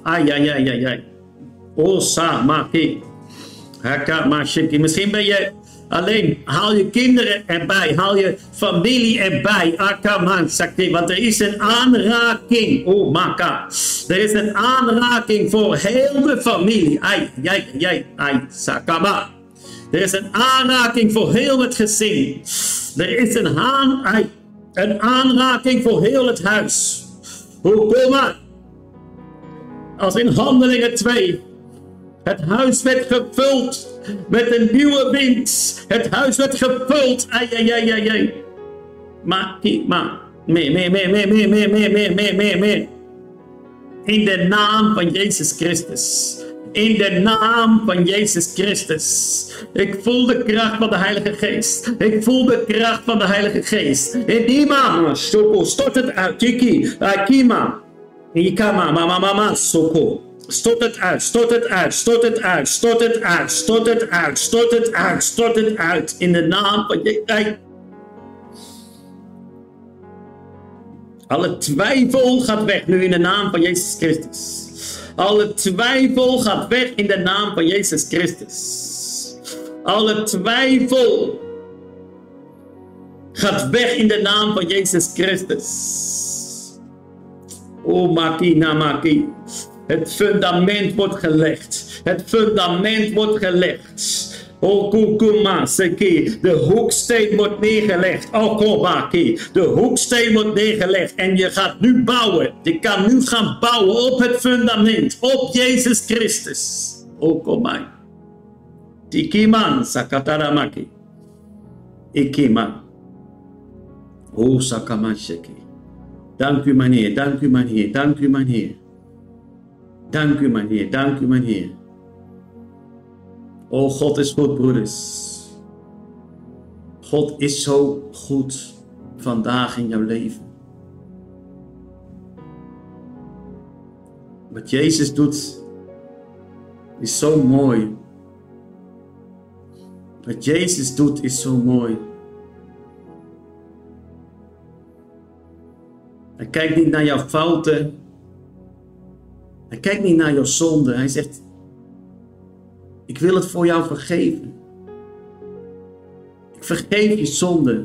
Osa maki. Haka mashiki. Misschien ben je alleen. Haal je kinderen erbij. Haal je familie erbij. Akaman saki. Want er is een aanraking. Oh maka. Er is een aanraking voor heel de familie. Sakama. Er is een aanraking voor heel het gezin. Er is een aanraking voor heel het huis. Hoe kom maar? Als in Handelingen 2. Het huis werd gevuld met een nieuwe wind. Het huis werd gevuld. Maar, meer. In de naam van Jezus Christus. In de naam van Jezus Christus. Ik voel de kracht van de Heilige Geest. Ik voel de kracht van de Heilige Geest. In die naam, stort het uit. Tiki, Akima, Ikama, mama, soko. Stort het uit, stort het uit, stort het uit, stort het uit, stort het uit, stort het uit, stort het uit. In de naam van Jezus. Alle twijfel gaat weg nu in de naam van Jezus Christus. Alle twijfel gaat weg in de naam van Jezus Christus. Alle twijfel gaat weg in de naam van Jezus Christus. Oh, maki na maki. Het fundament wordt gelegd. Het fundament wordt gelegd. Oh, kukuma seki. De hoeksteen wordt neergelegd. Oh, kobaki. De hoeksteen wordt neergelegd. En je gaat nu bouwen. Je kan nu gaan bouwen op het fundament. Op Jezus Christus. Oh, komai. Tikiman sakataramaki. Ikiman. Oh, sakamasheki. Dank u, mijn Heer. Dank u, mijn Heer. Dank u, mijn Heer. Dank u, mijn Heer. Dank u, mijn Heer. Oh, God is goed, broeders. God is zo goed vandaag in jouw leven. Wat Jezus doet, is zo mooi. Wat Jezus doet, is zo mooi. Hij kijkt niet naar jouw fouten. Hij kijkt niet naar jouw zonde. Hij zegt, ik wil het voor jou vergeven. Ik vergeef je zonde.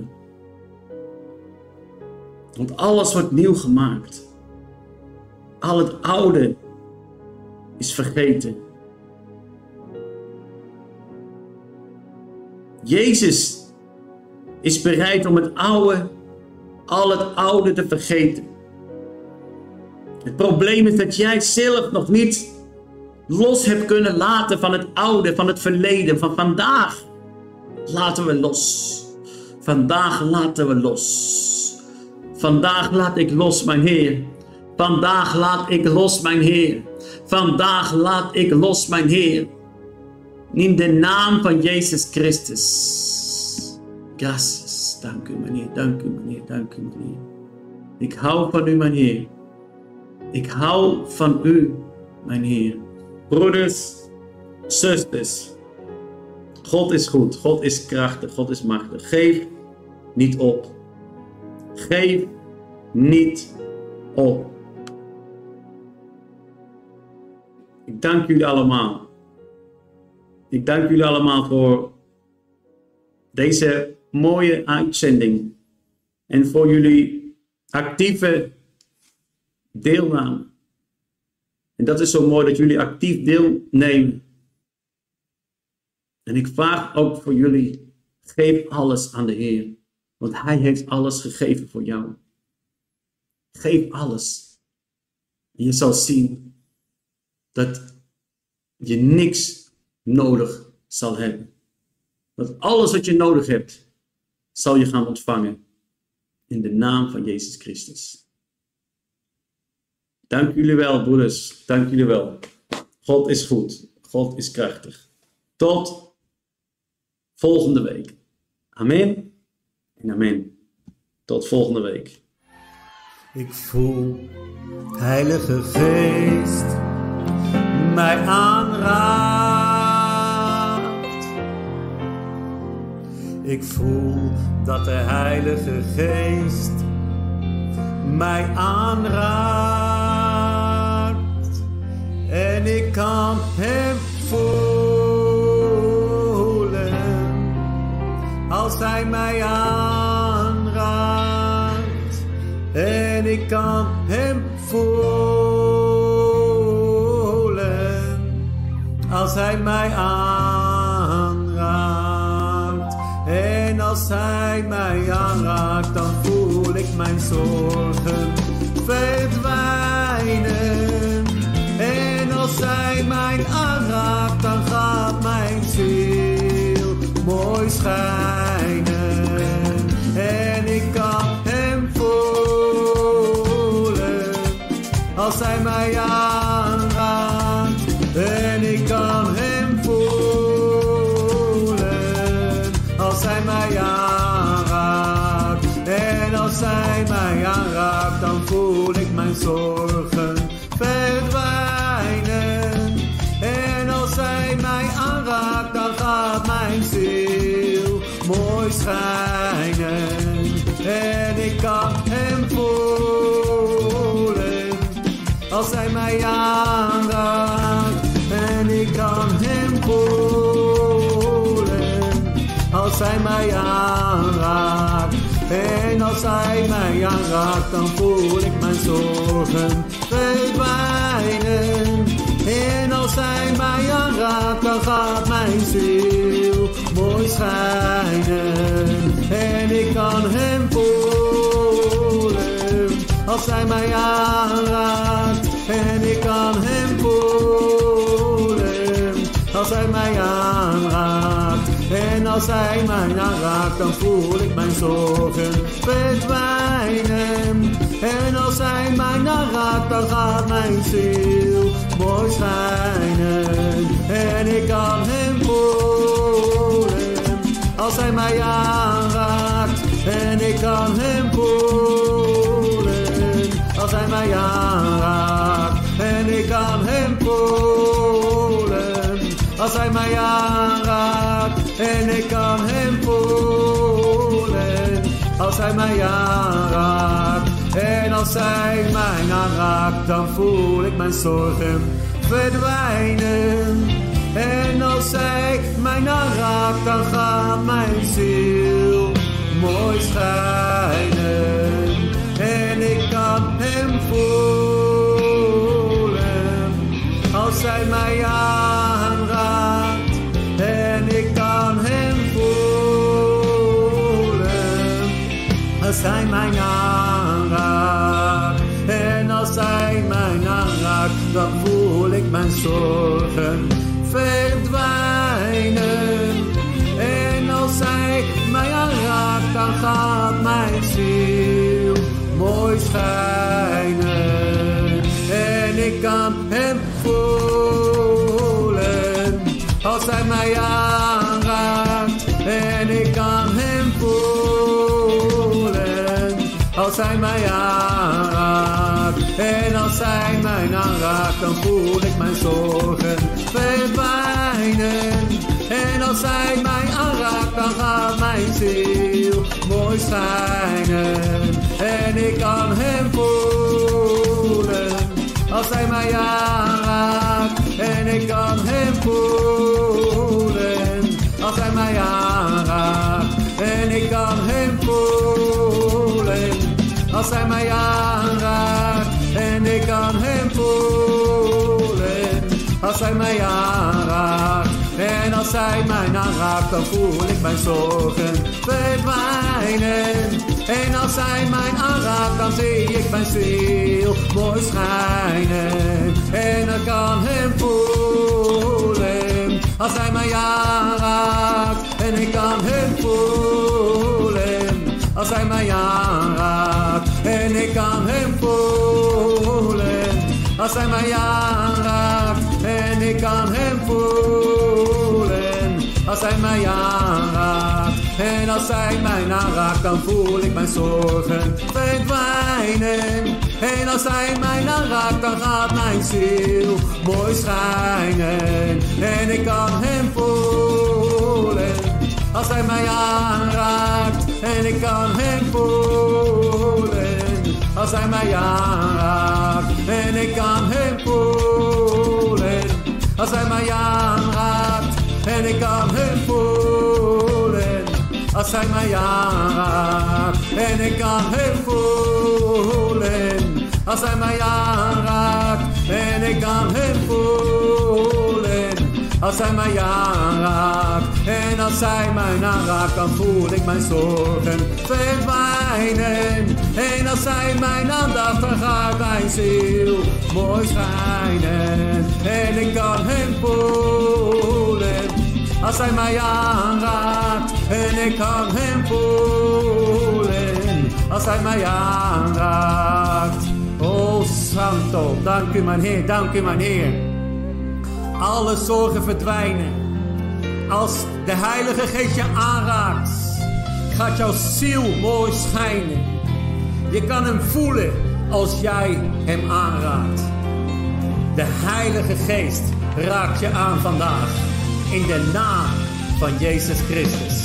Want alles wordt nieuw gemaakt. Al het oude is vergeten. Jezus is bereid om al het oude te vergeten. Het probleem is dat jij zelf nog niet los hebt kunnen laten van het oude, van het verleden, van vandaag. Laten we los. Vandaag laten we los. Vandaag laat ik los, mijn Heer. Vandaag laat ik los, mijn Heer. Vandaag laat ik los, mijn Heer. In de naam van Jezus Christus. Gracias. Dank u, mijn Heer. Dank u, mijn Heer. Dank u, mijn Heer. Ik hou van u, mijn Heer. Ik hou van u, mijn Heer. Broeders, zusters. God is goed. God is krachtig. God is machtig. Geef niet op. Geef niet op. Ik dank jullie allemaal. Ik dank jullie allemaal voor deze mooie uitzending. En voor jullie actieve deelname. En dat is zo mooi dat jullie actief deelnemen. En ik vraag ook voor jullie, geef alles aan de Heer. Want Hij heeft alles gegeven voor jou. Geef alles. En je zal zien dat je niks nodig zal hebben. Dat alles wat je nodig hebt, zal je gaan ontvangen. In de naam van Jezus Christus. Dank jullie wel, broeders. Dank jullie wel. God is goed. God is krachtig. Tot volgende week. Amen. En amen. Tot volgende week. Ik voel, Heilige Geest, mij aanraakt. Ik voel dat de Heilige Geest mij aanraakt. En ik kan Hem voelen als Hij mij aanraakt. En ik kan Hem voelen als Hij mij aanraakt. En als Hij mij aanraakt, dan voel ik mijn zorgen verdwijnen. En als Hij mij aanraakt, dan gaat mijn ziel mooi schijnen. En ik kan Hem voelen als Hij mij aanraakt. En ik kan Hem voelen als Hij mij aanraakt. En als Hij mij aanraakt, dan voel ik mijn zorgen verdwijnen. En als Hij mij aanraakt, dan gaat mijn ziel mooi schijnen. En ik kan Hem voelen als Hij mij aanraakt. En ik kan Hem voelen als Hij mij aanraakt. En als Hij mij aanraakt, dan voel ik mijn zorgen verdwijnen. En als Hij mij aanraakt, dan gaat mijn ziel mooi schijnen. En ik kan Hem voelen als Hij mij aanraakt. En ik kan Hem voelen als Hij mij aanraakt. En als Hij mij aanraakt, dan voel ik mijn zorgen verdwijnen. En als Hij mij aanraakt, dan gaat mijn ziel mooi schijnen. En ik kan Hem voelen als Hij mij aanraakt. En ik kan Hem voelen als Hij mij aanraakt. En ik kan Hem voelen als Hij mij aanraakt. En ik kan Hem voelen als Hij mij aanraakt. En als Hij mij aanraakt, dan voel ik mijn zorgen verdwijnen. En als Hij mij aanraakt, dan gaat mijn ziel mooi schijnen. En ik kan Hem voelen als Hij mij aanraakt. En ik kan Hem voelen als hij mij aanraakt. En als hij mij aanraakt, dan voel ik mijn zorgen verdwijnen. En als hij mij aanraakt, dan gaat mijn ziel mooi schijnen. En ik kan hem voelen als hij mij aanraakt. En ik kan hem voelen als hij mij aanraakt. En als hij mij aanraakt, dan voel ik mijn zorgen verdwijnen. En als hij mij aanraakt, dan gaat mijn ziel mooi schijnen. En ik kan hem voelen als hij mij aanraakt. En ik kan hem voelen als hij mij aanraakt. En ik kan hem voelen als hij mij aanraakt. En ik kan hem voelen als hij mij aanraakt. En als hij mij aanraakt, dan voel ik mijn zorgen verdwijnen. En als hij mij aanraakt, dan zie ik mijn ziel mooi schijnen. En ik kan hem voelen als hij mij aanraakt. En ik kan hem voelen als hij mij aanraakt. En ik kan hem voelen als hij mij aanraakt. En ik kan hem voelen als hij mij aanraakt. En als hij mij aanraakt, dan voel ik mijn zorgen verdwijnen. En als hij mij aanraakt, dan gaat mijn ziel mooi schijnen. En ik kan hem voelen als hij mij aanraakt. En ik kan hem voelen als hij mij aanraakt. En ik kan hem voelen als hij mij aanraakt. En ik kan hem voelen als hij mij aanraakt. En ik kan hem voelen als hij mij aanraakt. En ik kan hem voelen als hij mij aanraakt. En als hij mij aanraakt, dan voel ik mijn zorgen verdwijnen. En als hij mij aandacht, dan gaat mijn ziel mooi schijnen. En ik kan hem voelen als hij mij aanraakt. En ik kan hem voelen als hij mij aanraakt. Oh Santo, dank u mijn Heer, dank u mijn Heer. Alle zorgen verdwijnen. Als de Heilige Geest je aanraakt, gaat jouw ziel mooi schijnen. Je kan hem voelen als jij hem aanraakt. De Heilige Geest raakt je aan vandaag. In de naam van Jezus Christus.